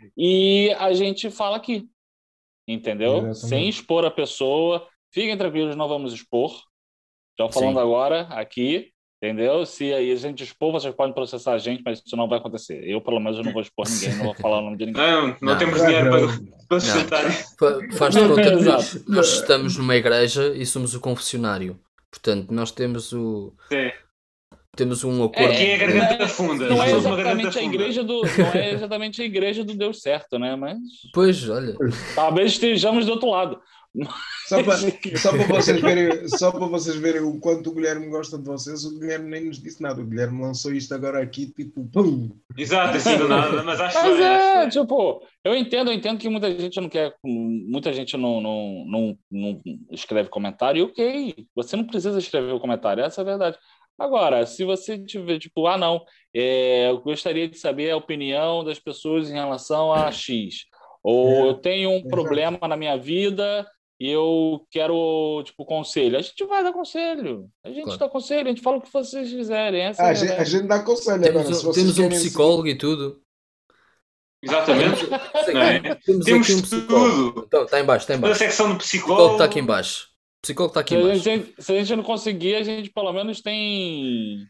E a gente fala aqui. Entendeu? Exatamente. Sem expor a pessoa. Fiquem tranquilos, não vamos expor. Estou falando Sim. agora, aqui. Entendeu? Se aí a gente expor, vocês podem processar a gente, mas isso não vai acontecer. Eu, pelo menos, eu não vou expor ninguém, não vou falar o nome de ninguém. Não, não, Não. temos Não, dinheiro não. para, para sustentar. Fa- Faz de conta que nós, Exato. nós estamos numa igreja e somos o confessionário. Portanto, nós temos o Sim. temos um acordo. Aqui é a garganta funda. Não Nós é somos uma garganta exatamente a funda. igreja do, não é exatamente a igreja do Deus certo, né? Mas Pois, olha, talvez estejamos do outro lado. Só para, só para vocês verem, só para vocês verem o quanto o Guilherme gosta de vocês, o Guilherme nem nos disse nada. O Guilherme lançou isto agora aqui, tipo, pum! Exato, assim do nada, mas acho Mas bem, é, acho bem. tipo, eu entendo, eu entendo que muita gente não quer, muita gente não, não, não, não escreve comentário, e ok, você não precisa escrever o comentário, essa é a verdade. Agora, se você tiver, tipo, ah, não, é, eu gostaria de saber a opinião das pessoas em relação a X, ou É, eu tenho um exato. problema na minha vida e eu quero, tipo, conselho. A gente vai dar conselho, a gente Claro. dá conselho, a gente fala o que vocês quiserem, essa Ah, é a, a gente, a verdade. gente dá conselho temos, agora. Se um- vocês temos um querem psicólogo e tudo. Exatamente. Não é? Temos Temos aqui um psicólogo. tudo. Então, está em baixo, está em Toda a baixo. secção do O psicólogo psicólogo. está aqui em baixo. O psicólogo está aqui Se em a, baixo. gente, se a gente não conseguir, a gente pelo menos tem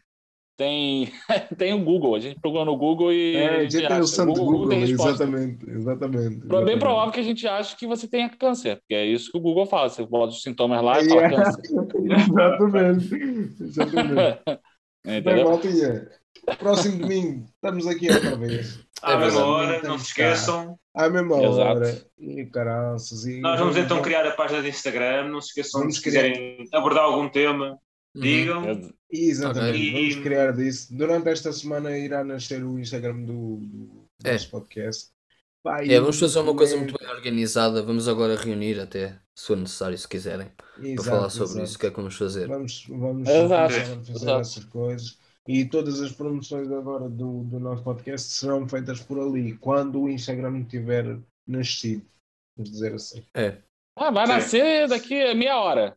tem tem o Google. A gente procura no Google e É, a a gente gente tem o acha. santo Google, Google, tem resposta. exatamente, exatamente. É bem exatamente. provável que a gente ache que você tenha câncer, porque é isso que o Google fala. Você bota os sintomas lá e Yeah. fala câncer. Exatamente, exatamente. Bem, Entendeu? maltinha, próximo domingo estamos aqui outra vez. À É mesma verdade. hora, não Estamos se cá. esqueçam. À mesma Exato. hora. E caraças. E Nós vamos então criar a página de Instagram. Não se esqueçam, Vamos se quiserem abordar algum tema, Uhum. digam. Exatamente, Ok. vamos E- criar disso. Durante esta semana irá nascer o Instagram do, do É. nosso podcast. Pá, É, vamos fazer uma coisa é- muito bem organizada. Vamos agora reunir até, se for necessário, se quiserem, para Exato, falar sobre exato. isso. O que é que vamos fazer? Vamos, vamos Exato, começar a fazer exato. essas coisas. E todas as promoções agora do, do nosso podcast serão feitas por ali, quando o Instagram tiver nascido. Vamos dizer assim. É. Ah, vai Sim. nascer daqui a meia hora.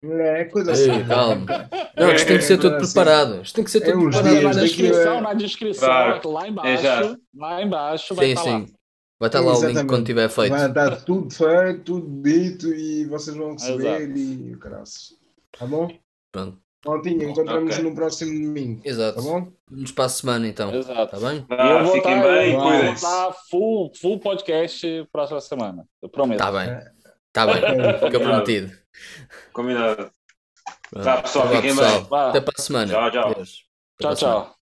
É coisa Ei, assim. calma. Não, isto tem que ser tudo É, assim. preparado. Isto tem que ser É tudo uns preparado. dias Na daqui descrição, a- na descrição, Claro. lá embaixo, Exato. lá embaixo vai Sim, estar lá. sim. Vai estar lá o link Exatamente. quando tiver feito. Vai estar tudo feito, tudo dito e vocês vão receber Exato. e o caraças. Tá bom? Pronto. Maltinha, encontramos Ok. no próximo domingo. Exato. Tá bom? Vamos para a semana então. Exato. Está bem? E eu Ah, vou fiquem estar, bem, eu vou cuidem-se. estar full, full podcast próxima semana. Eu prometo. Está bem. É. Está bem. Ok. Fica prometido. Combinado. Pronto. Tá, pessoal, Então vá, fiquem pessoal. bem. Vá. Até para a semana. Tchau, tchau. Adeus. Até para Tchau, a semana. tchau.